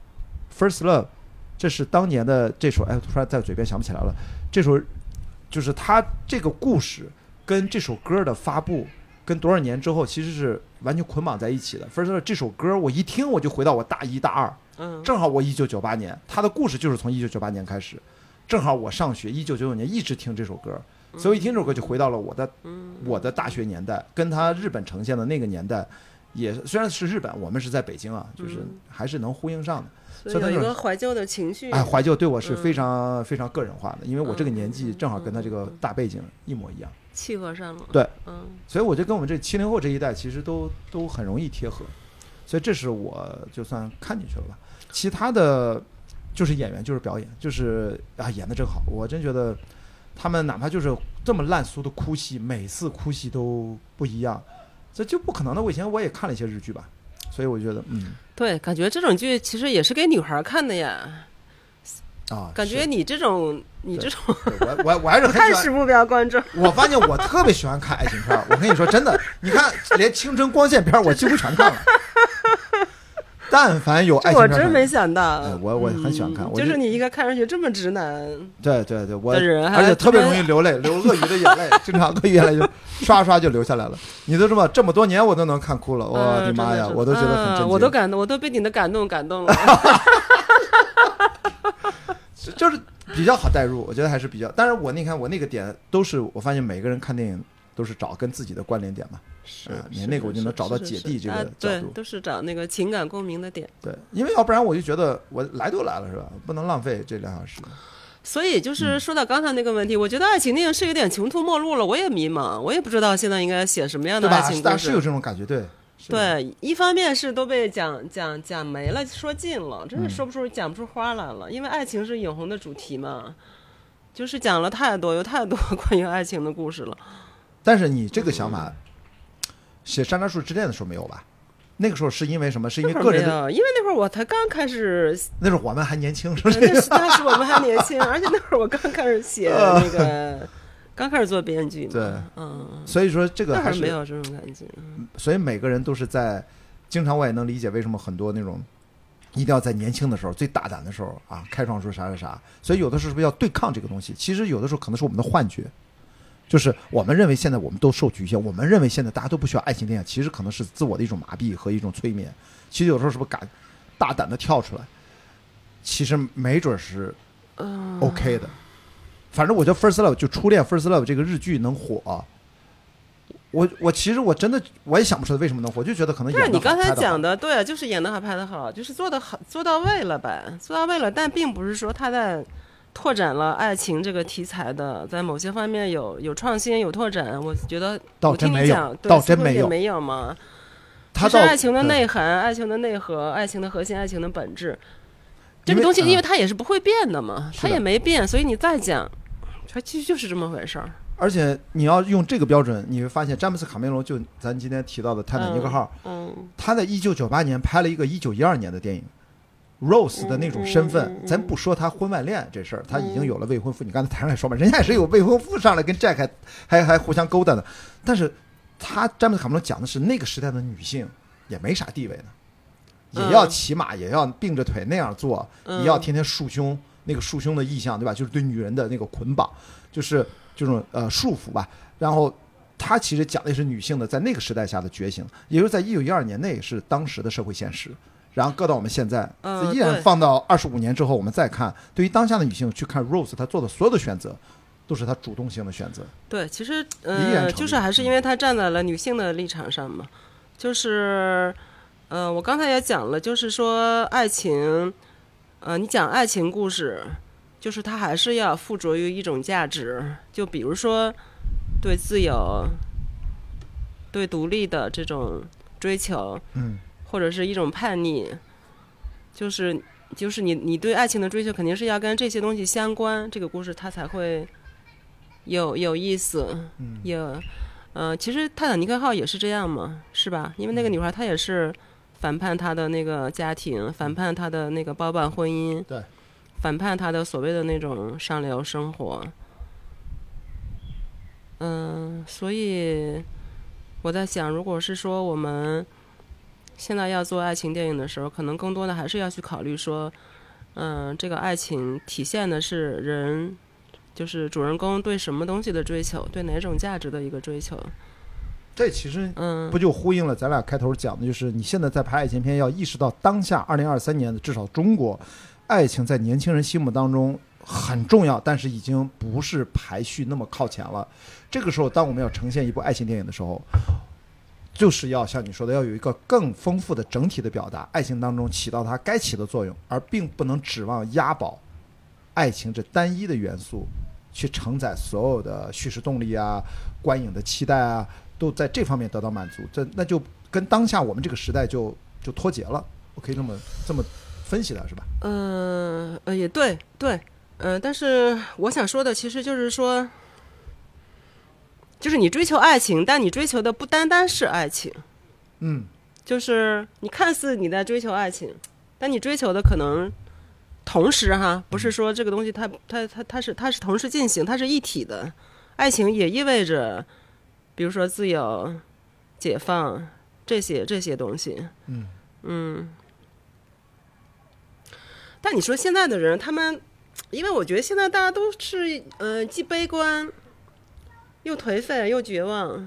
First Love， 这是当年的这首，突然在嘴边想不起来了。这首就是它这个故事跟这首歌的发布跟多少年之后其实是完全捆绑在一起的。First Love 这首歌我一听我就回到我大1大2，正好我1998年，它的故事就是从1998年开始，正好我上学1999年一直听这首歌，所以我一听这首歌就回到了我的大学年代，跟他日本呈现的那个年代也虽然是日本，我们是在北京啊，就是还是能呼应上的。 所以有一个怀旧的情绪。 怀旧对我是非常非常个人化的，因为我这个年纪正好跟他这个大背景一模一样， 契合上了。 对，所以我就跟我们这70后这一代其实都很容易贴合，所以这是我就算看进去了吧。其他的就是演员，就是表演，就是演得真好，我真觉得他们哪怕就是这么烂俗的哭戏，每次哭戏都不一样，这就不可能的。我以前我也看了一些日剧吧，所以我觉得对，感觉这种剧其实也是给女孩看的呀。感觉你这种我还是很看是目标观众。 我发现我特别喜欢看爱情片，我跟你说真的，你看连青春光线片我几乎全看了。但凡有爱情片， 我真没想到， 我很喜欢看。 就是你一个看上去这么直男， 对，我而且特别容易流泪，流鳄鱼的眼泪，经常鳄鱼眼泪就刷刷就流下来了。你都这么多年我都能看哭了，我的妈呀，我都觉得很震惊， 我都感动，我都被你的感动了。 就是比较好带入，我觉得还是比较。当然你看我那个点都是我发现每个人看电影都是找跟自己的关联点嘛。你那个我就能找到姐弟这个角度， 对，都是找那个情感共鸣的点。 对，因为要不然我就觉得我来都来了是吧，不能浪费这2小时。 所以就是说到刚才那个问题，我觉得爱情电影是有点穷途末路了，我也迷茫，我也不知道现在应该写什么样的爱情故事。 对吧？是有这种感觉， 对，一方面是都被讲没了，说尽了，真是讲不出花来了，因为爱情是永恒的主题嘛，就是讲了有太多关于爱情的故事了。 但是你这个想法写《山楂树之恋》的时候没有吧？ 那个时候是因为什么？是因为那会个人的， 儿没有，因为那会儿我才刚开始， 那时候我们还年轻，是不是？ 那时我们还年轻，而且那会儿我刚开始写那个，刚开始做编剧嘛。 对， 嗯， 所以说这个还是那会儿没有这种感觉。 所以每个人都是在，经常我也能理解为什么很多那种一定要在年轻的时候、最大胆的时候啊，开创出啥啥啥。所以有的时候是不是要对抗这个东西？其实有的时候可能是我们的幻觉。就是我们认为现在我们都受局限，我们认为现在大家都不需要爱情电影，其实可能是自我的一种麻痹和一种催眠。其实有时候是不是敢大胆的跳出来，其实没准是 OK 的。反正我觉得 First Love 就初恋 First Love 这个日剧能火，我其实我真的我也想不出来为什么能火，就觉得可能演得好， 对，你刚才拍得好讲的，对，就是演得好，拍得好，就是做得好，做到位了吧，做到位了，但并不是说他在拓展了爱情这个题材的，在某些方面有创新有拓展。我觉得我听你讲， 倒真没有， 没有嘛。 它是爱情的内涵、爱情的内核、爱情的核心、爱情的本质。这个东西，因为它也是不会变的嘛，它也没变，所以你再讲，它其实就是这么回事儿。 而且你要用这个标准，你会发现詹姆斯卡梅隆就咱今天提到的《泰坦尼克号》，他在1998年拍了一个1912年的电影。Rose 的那种身份，咱不说他婚外恋这事儿，他已经有了未婚夫。你刚才台上也说嘛，人家也是有未婚夫上来跟 Jack 还互相勾搭的。但是他詹姆斯卡梅隆讲的是那个时代的女性也没啥地位呢，也要骑马，也要并着腿那样做，也要天天束胸，那个束胸的意象，对吧？就是对女人的那个捆绑，就是这种束缚吧。然后他其实讲的是女性的在那个时代下的觉醒，也就是在1912年内是当时的社会现实。然后搁到我们现在，依然放到25年之后，我们再看，对于当下的女性去看 Rose， 她做的所有的选择，都是她主动性的选择。 对，其实就是还是因为她站在了女性的立场上嘛。就是我刚才也讲了，就是说爱情，你讲爱情故事，就是它还是要附着于一种价值，就比如说对自由、对独立的这种追求，或者是一种叛逆，就是你对爱情的追求肯定是要跟这些东西相关，这个故事它才会有意思。其实泰坦尼克号也是这样嘛，是吧？因为那个女孩她也是反叛她的那个家庭，反叛她的那个包办婚姻， 对， 反叛她的所谓的那种上流生活。所以我在想，如果是说我们现在要做爱情电影的时候，可能更多的还是要去考虑说，这个爱情体现的是人，就是主人公对什么东西的追求，对哪种价值的一个追求。 这其实不就呼应了咱俩开头讲的，就是你现在在拍爱情片，要意识到当下2023年的至少中国，爱情在年轻人心目当中很重要，但是已经不是排序那么靠前了。这个时候，当我们要呈现一部爱情电影的时候，就是要像你说的，要有一个更丰富的整体的表达，爱情当中起到它该起的作用，而并不能指望押宝爱情这单一的元素去承载所有的叙事动力啊、观影的期待啊，都在这方面得到满足。那就跟当下我们这个时代就脱节了。我可以这么分析它，是吧？ 也对，但是我想说的其实就是说，就是你追求爱情，但你追求的不单单是爱情。就是你看似你在追求爱情，但你追求的可能同时不是说这个东西它是同时进行，它是一体的。爱情也意味着，比如说自由、解放这些东西。但你说现在的人，他们，因为我觉得现在大家都是既悲观又颓废又绝望。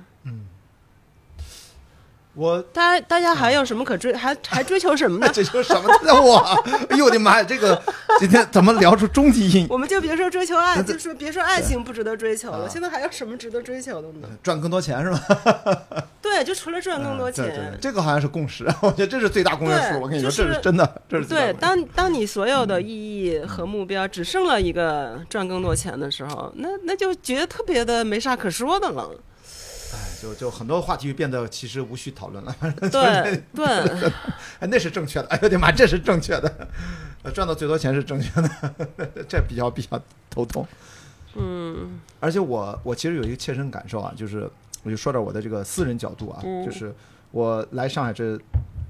大家还有什么可追？还追求什么呢？ 追求什么呢？我，哎呦我的妈呀！这个今天怎么聊出终极阴？ 我们就别说追求爱，就说别说爱情不值得追求了。现在还有什么值得追求的呢？ 赚更多钱是吧？ 对，就除了赚更多钱， 对，这个好像是共识。我觉得这是最大公约数。我跟你说，这是真的，这是对。当你所有的意义和目标只剩了一个赚更多钱的时候，那就觉得特别的没啥可说的了。 就很多话题变得其实无需讨论了。 对， 那是正确的。哎呦我的妈，这是正确的。赚到最多钱是正确的，这比较头痛。而且我其实有一个切身感受啊，就是我就说点我的这个私人角度啊，就是我来上海这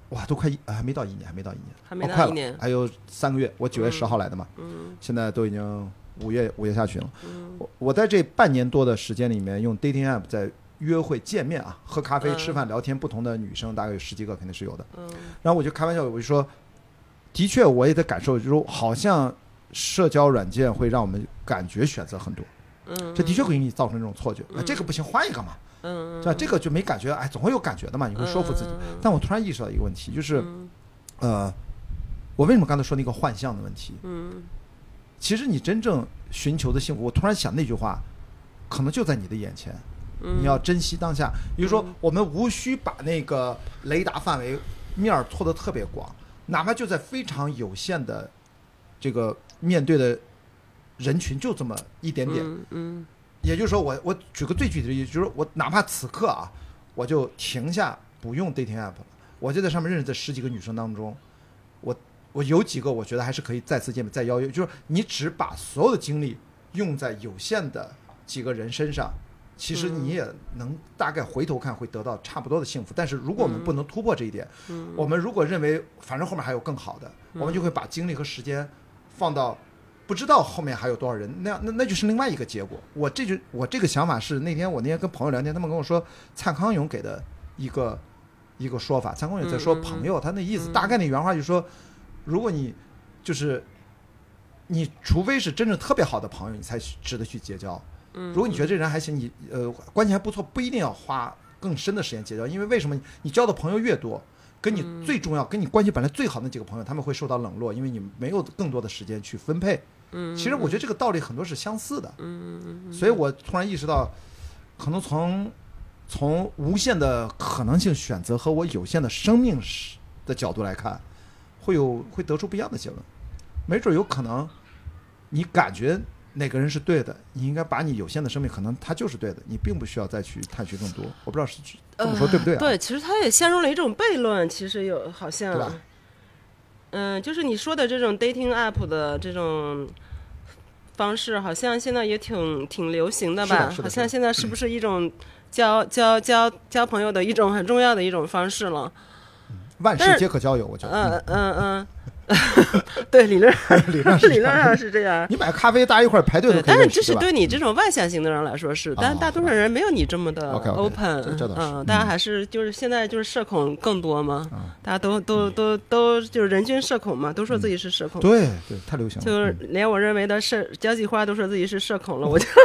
哇，都快还没到一年，还没到一年， 还没到一年， 还有3个月。我9月10号来的嘛，现在都已经5月下旬了。我在这半年多的时间里面，用 dating app 在约会见面啊，喝咖啡、吃饭、聊天，不同的女生大概有10几个，肯定是有的。然后我就开玩笑，我就说，的确我也在感受，就是说好像社交软件会让我们感觉选择很多，这的确会给你造成这种错觉。这个不行，换一个嘛。对吧？这个就没感觉，哎，总会有感觉的嘛，你会说服自己。但我突然意识到一个问题，就是，我为什么刚才说那个幻象的问题？其实你真正寻求的幸福，我突然想那句话，可能就在你的眼前。你要珍惜当下。比如说，我们无需把那个雷达范围面拓得特别广，哪怕就在非常有限的这个面对的人群，就这么一点点。也就是说我举个最具体的例子，就是我哪怕此刻啊，我就停下不用 dating app 了，我就在上面认识这10几个女生当中，我有几个我觉得还是可以再次见面再邀约，就是你只把所有的精力用在有限的几个人身上，其实你也能大概回头看会得到差不多的幸福。但是如果我们不能突破这一点，我们如果认为反正后面还有更好的，我们就会把精力和时间放到不知道后面还有多少人，那就是另外一个结果。我这个想法是那天跟朋友聊天，他们跟我说蔡康永给的一个说法。蔡康永在说朋友，他那意思大概那原话就是说，如果你就是你除非是真正特别好的朋友，你才值得去结交。如果你觉得这人还行，你关系还不错，不一定要花更深的时间结交，因为为什么你交的朋友越多，跟你最重要跟你关系本来最好的那几个朋友，他们会受到冷落，因为你没有更多的时间去分配。其实我觉得这个道理很多是相似的。所以我突然意识到，可能从无限的可能性选择和我有限的生命的角度来看，会得出不一样的结论。没准有可能你感觉哪个人是对的，你应该把你有限的生命，可能他就是对的，你并不需要再去探寻更多。我不知道是这么说对不对对，其实他也陷入了一种悖论，其实有好像， 对吧？ 就是你说的这种 dating app 的这种方式，好像现在也挺流行的吧？好像现在是不是一种交朋友的一种很重要的一种方式了？ 万事皆可交友，我觉得。 对，理论上是这样。 你买咖啡，大家一块排队都可以。 但是这是对你这种外向型的人来说是，但大多数人没有你这么的 open。大家还是就是现在就是社恐更多嘛，大家都就是人均社恐嘛，都说自己是社恐。 对，太流行了。 就是连我认为的交际花都说自己是社恐了，我就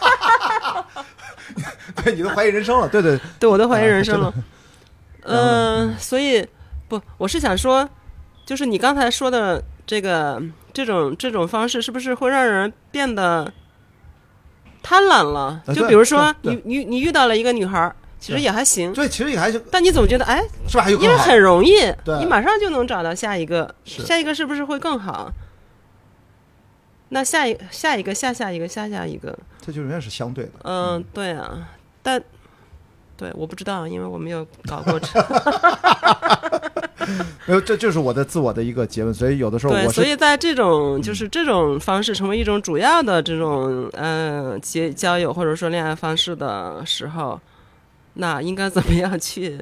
对，你都怀疑人生了。对， 我都怀疑人生了。所以不，我是想说。就是你刚才说的这种方式，是不是会让人变得贪婪了？就比如说你遇到了一个女孩，其实也还行， 对，其实也还行， 但你总觉得哎， 是吧？还有因为很容易，你马上就能找到下一个，下一个是不是会更好？那下一个、下一个、下一个， 这就永远是相对的。 对啊，但对我不知道，因为我没有搞过这。 没有，这就是我的自我的一个结论。所以有的时候对，所以在这种就是这种方式成为一种主要的这种交友或者说恋爱方式的时候，那应该怎么样去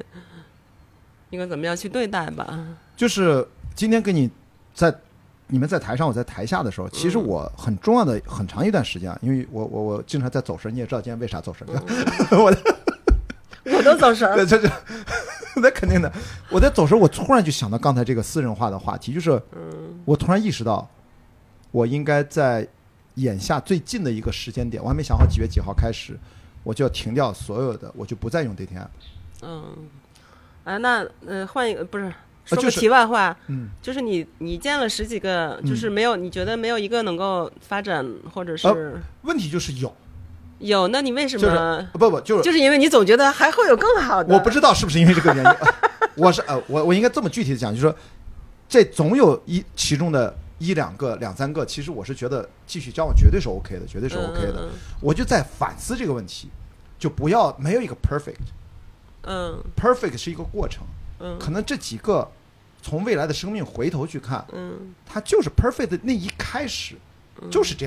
对待吧？ 就是今天跟你你们在台上，我在台下的时候，其实我很重要的很长一段时间，因为我经常在走神，你也知道今天为啥走神， 我都走神， 这那肯定的。我在走神，我突然就想到刚才这个私人化的话题，就是我突然意识到，我应该在眼下最近的一个时间点，我还没想好几月几号开始，我就要停掉所有的，我就不再用 dating app。 那换一个不是。说个题外话，就是你见了10几个，就是没有，你觉得没有一个能够发展，或者是问题就是有，那你为什么？ 不就是因为你总觉得还会有更好的。 我不知道是不是因为这个原因，我应该这么具体的讲，就是说，这总有其中的1、2个、2、3个，其实我是觉得继续交往绝对是 OK 的，绝对是 OK 的。我就在反思这个问题，就没有一个 perfect，perfect 是一个过程。可能这几个从未来的生命回头去看，它就是 perfect 的那一开始就是这样的，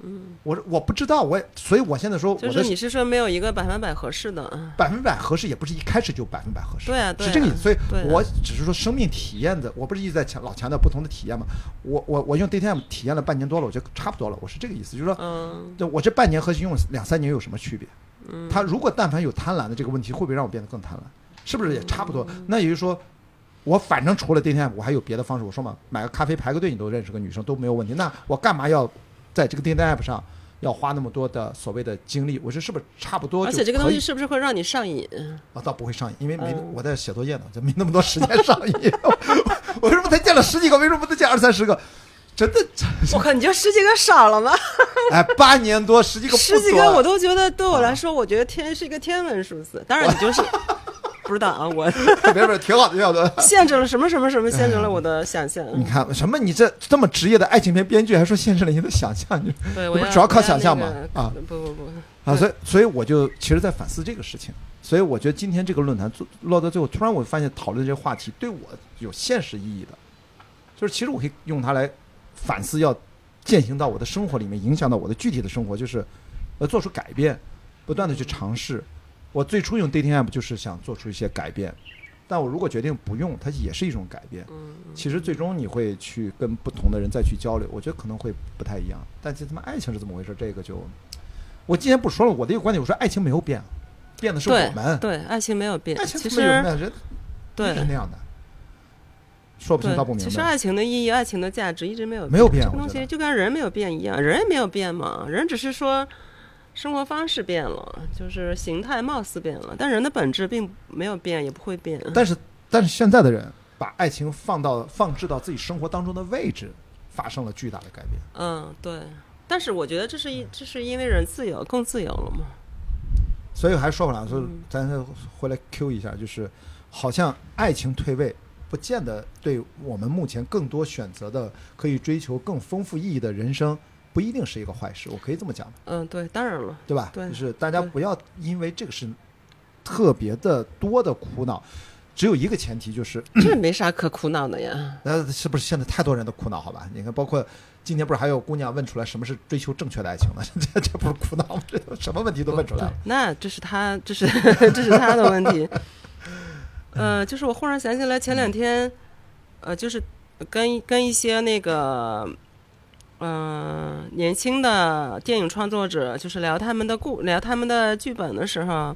我不知道，所以我现在说， 就是你是说没有一个100%合适的 ，100%合适也不是一开始就100%合适， 对啊， 是这个意思。所以我只是说生命体验的，我不是一直在老强调不同的体验嘛。我用 DTM 体验了半年多了，我觉得差不多了。我是这个意思，就是说，我这半年和用2-3年有什么区别？他如果但凡有贪婪的这个问题，会不会让我变得更贪婪？是不是也差不多？那也就是说，我反正除了 DTM， 我还有别的方式。我说嘛，买个咖啡排个队，你都认识个女生都没有问题。那我干嘛要在这个 dating app 上要花那么多的所谓的精力？我说是不是差不多就可以？ 而且这个东西是不是会让你上瘾？ 倒不会上瘾，因为我在写作业呢，就没那么多时间上瘾。我为什么才见了10几个？为什么不能见20-30个？真的， 我靠，你就10几个少了吗？ 哎，8年多10几个不多，10 几个我都觉得对我来说，我觉得是一个天文数字。当然你就是。不知道啊，我别挺好的， 限制了什么，限制了我的想象。 你看什么？你这么职业的爱情片编剧，还说限制了你的想象？ 对， 我主要靠想象嘛、啊！ 不啊！所以我就其实在反思这个事情。所以我觉得今天这个论坛落到最后，突然我发现讨论这些话题对我有现实意义的，就是其实我可以用它来反思，要践行到我的生活里面，影响到我的具体的生活，就是做出改变，不断的去尝试。我最初用 dating app 就是想做出一些改变，但我如果决定不用，它也是一种改变。其实最终你会去跟不同的人再去交流，我觉得可能会不太一样。但这他妈爱情是怎么回事？这个就我今天不说了，我的一个观点，我说爱情没有变，变的是我们。 对，爱情没有变， 爱情没有变，人对是那样的，说不清道不明白。 其实爱情的意义、爱情的价值一直没有变， 这个东西就跟人没有变一样，人也没有变嘛，人只是说。生活方式变了，就是形态貌似变了，但人的本质并没有变，也不会变。 但是现在的人把爱情放置到自己生活当中的位置，发生了巨大的改变。 对。但是我觉得这是因为人更自由了嘛。 所以还说回来，说咱回来 Q 一下，就是好像爱情退位，不见得对我们目前更多选择的可以追求更丰富意义的人生。不一定是一个坏事，我可以这么讲。 对，当然了， 对吧？ 对， 就是大家不要因为这个是特别的多的苦恼，只有一个前提就是， 这没啥可苦恼的呀。 是不是现在太多人都苦恼？好吧，你看，包括今天不是还有姑娘问出来什么是追求正确的爱情呢？这不是苦恼吗？这什么问题都问出来了。 那这是他的问题。就是我忽然想起来，前2天，就是跟一些那个。年轻的电影创作者就是聊他们的剧本的时候，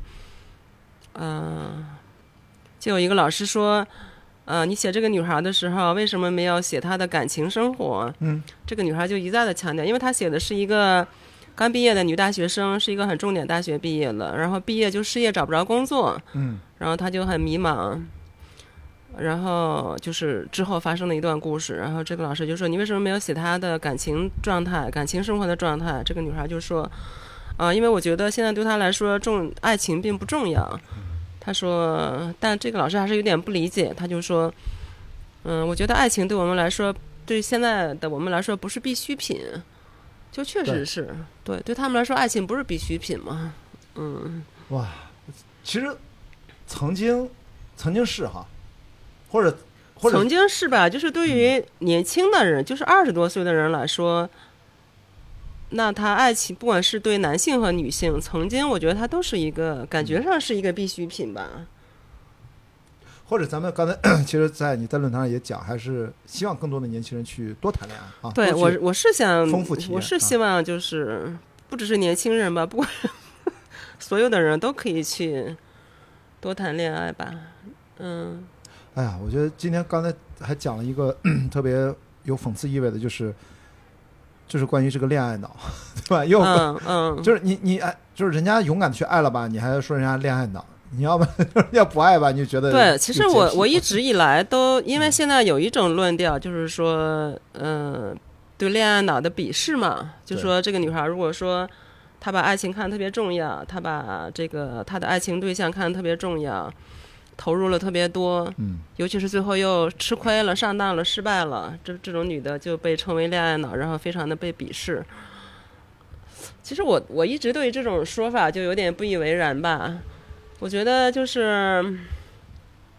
就有一个老师说，你写这个女孩的时候，为什么没有写她的感情生活？这个女孩就一再的强调，因为她写的是一个刚毕业的女大学生，是一个很重点大学毕业了，然后毕业就失业找不着工作，然后她就很迷茫。然后就是之后发生的一段故事，然后这个老师就说你为什么没有写她的感情状态、感情生活的状态？这个女孩就说，因为我觉得现在对她来说爱情并不重要。她说，但这个老师还是有点不理解，他就说，我觉得爱情对我们来说，对现在的我们来说不是必需品，就确实是对他们来说，爱情不是必需品嘛。 哇，其实曾经是哈。或者曾经是吧，就是对于年轻的人，就是20多岁的人来说，那他爱情不管是对男性和女性，曾经我觉得他都是一个感觉上是一个必需品吧。 或者咱们刚才其实在你在论坛上也讲，还是希望更多的年轻人去多谈恋爱啊。 对，我是想丰富体验， 我是希望就是不只是年轻人吧，不管所有的人都可以去多谈恋爱吧。 哎呀，我觉得今天刚才还讲了一个特别有讽刺意味的，就是关于这个恋爱脑，对吧？就是你就是人家勇敢的去爱了吧，你还说人家恋爱脑，你要不要不爱吧，你就觉得对。其实我一直以来都因为现在有一种论调，就是说对恋爱脑的鄙视嘛，就说这个女孩如果说她把爱情看得特别重要，她把她的爱情对象看得特别重要，投入了特别多，尤其是最后又吃亏了、上当了、失败了，这种女的就被称为恋爱脑，然后非常的被鄙视。其实我一直对这种说法就有点不以为然吧。我觉得就是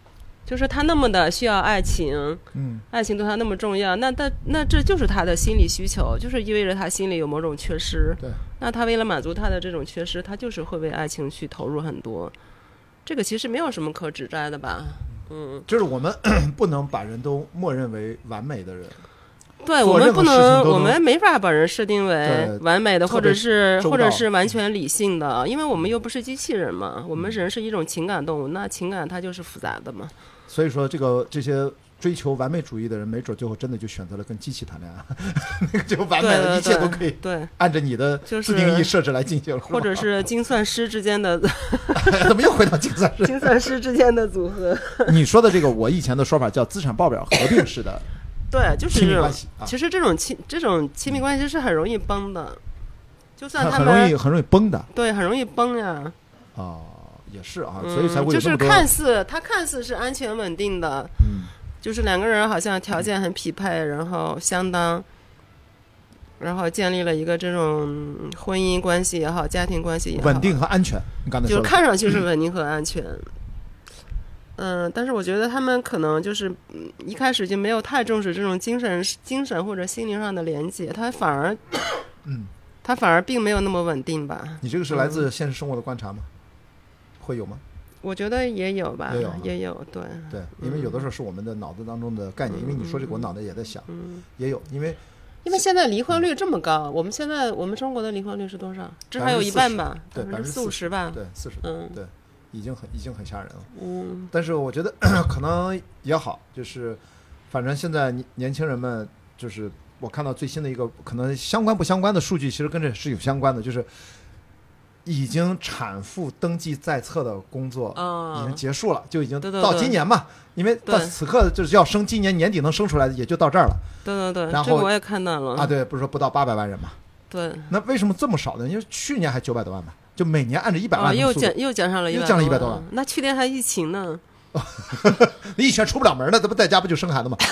就是他那么的需要爱情，爱情对他那么重要，那这就是他的心理需求，就是意味着他心里有某种缺失。 对， 那他为了满足他的这种缺失，他就是会为爱情去投入很多。这个其实没有什么可指摘的吧？ 就是我们不能把人都默认为完美的人。 对，我们不能，我们没法把人设定为完美的，或者是完全理性的，因为我们又不是机器人嘛，我们人是一种情感动物，那情感它就是复杂的嘛。 所以说，这些追求完美主义的人，没准最后真的就选择了跟机器谈恋爱，那个就完美了，一切都可以按着你的自定义设置来进行了， 或者是精算师之间的怎么又回到精算师？ 精算师之间的组合。 你说的这个，我以前的说法叫资产报表合并式的。 对，就是亲密关系。 其实这种亲密关系是很容易崩的，就算他们很容易崩的。 对，很容易崩呀。 也是啊，所以才会有就是他看似是安全稳定的，就是两个人好像条件很匹配，然后相当，然后建立了一个这种婚姻关系也好，家庭关系也好， 稳定和安全。你刚才说就看上去是稳定和安全。但是我觉得他们可能就是一开始就没有太重视这种精神或者心灵上的连接，他反而并没有那么稳定吧。 你这个是来自现实生活的观察吗？会有吗？ 我觉得也有吧，也有，对， 因为有的时候是我们的脑子当中的概念，因为你说这个我脑袋也在想，也有，因为现在离婚率这么高，我们中国的离婚率是多少？这还有一半吧， 对 40%-50%吧， 对40%，对，已经很吓人了。但是我觉得可能也好，就是反正现在年轻人们，就是我看到最新的一个可能相关不相关的数据，其实跟这是有相关的，就是已经产妇登记在册的工作已经结束了，就已经到今年嘛，因为到此刻就是要生，今年年底能生出来的也就到这儿了。 对， 然后这个我也看到了啊，对，不是说不到800万人嘛？ 对。 那为什么这么少呢？因为去年还900多万吧，就每年按着100万又降上了 100多万。 那去年还疫情呢。 你以前出不了门呢，咱不在家不就生孩子吗？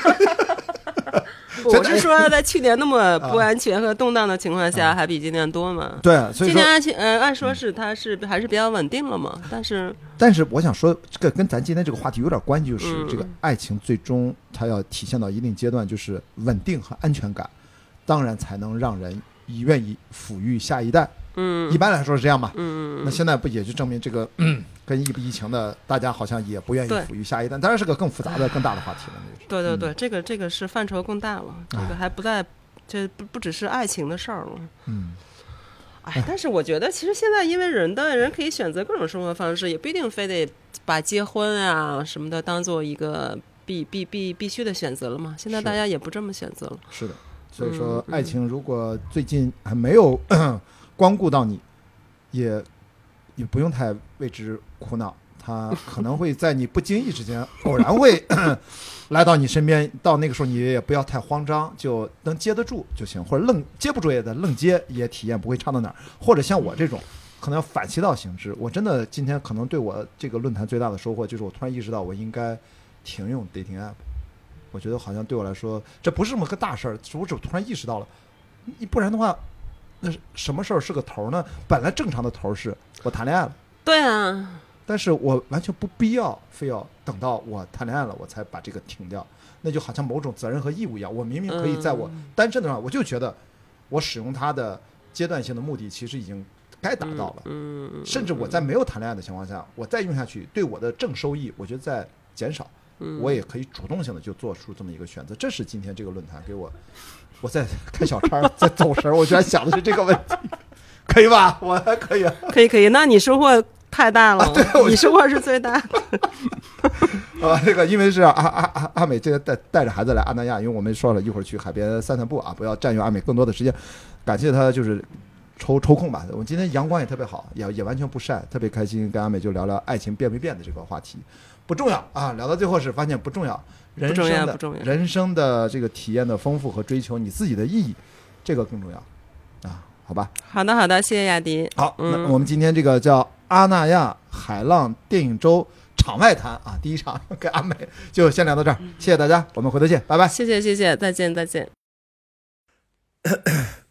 我是说，在去年那么不安全和动荡的情况下，还比今年多嘛？ 对，所以今年按说是它是还是比较稳定了嘛？ 但是我想说，这个跟咱今天这个话题有点关系，就是这个爱情最终它要体现到一定阶段，就是稳定和安全感，当然才能让人愿意抚育下一代。一般来说是这样嘛。那现在不也就证明这个跟疫不疫情的，大家好像也不愿意抚育下一代，当然是个更复杂的、更大的话题了。 对，这个是范畴更大了，这个还不在，这不只是爱情的事儿了。但是我觉得其实现在因为人可以选择各种生活方式，也不一定非得把结婚啊什么的当做一个必须的选择了嘛。现在大家也不这么选择了。 是的，所以说爱情如果最近还没有光顾到你，也不用太为之苦恼，他可能会在你不经意之间偶然会来到你身边，到那个时候你也不要太慌张，就能接得住就行，或者接不住也得愣接，也体验不会差到哪儿。或者像我这种可能要反其道行之，我真的今天可能对我这个论坛最大的收获就是我突然意识到我应该停用 dating app。我觉得好像对我来说这不是这么个大事儿，我只突然意识到了，不然的话那什么事儿是个头呢？本来正常的头是我谈恋爱了， 对啊， 但是我完全不必要非要等到我谈恋爱了我才把这个停掉，那就好像某种责任和义务一样。我明明可以在我单身的时候，我就觉得我使用它的阶段性的目的其实已经该达到了，甚至我在没有谈恋爱的情况下，我再用下去对我的正收益我觉得在减少，我也可以主动性的就做出这么一个选择。这是今天这个论坛给我在开小差在走神，我居然想的是这个问题，可以吧？我还可以， 可以。那你收获太大了，对，你收获是最大的。 这个因为是阿美这个带着孩子来阿那亚，因为我们说了一会儿去海边散步啊，不要占用阿美更多的时间。感谢他就是抽空吧。我们今天阳光也特别好，也完全不晒，特别开心，跟阿美就聊聊爱情变没变的这个话题。不重要啊，聊到最后是发现不重要。人生的这个体验的丰富和追求你自己的意义，这个更重要啊，好吧？好的，谢谢雅迪。 好，那我们今天这个叫阿那亚海浪电影周场外谈啊，第一场跟阿美就先聊到这儿，谢谢大家，我们回头见，拜拜。 谢谢，再见。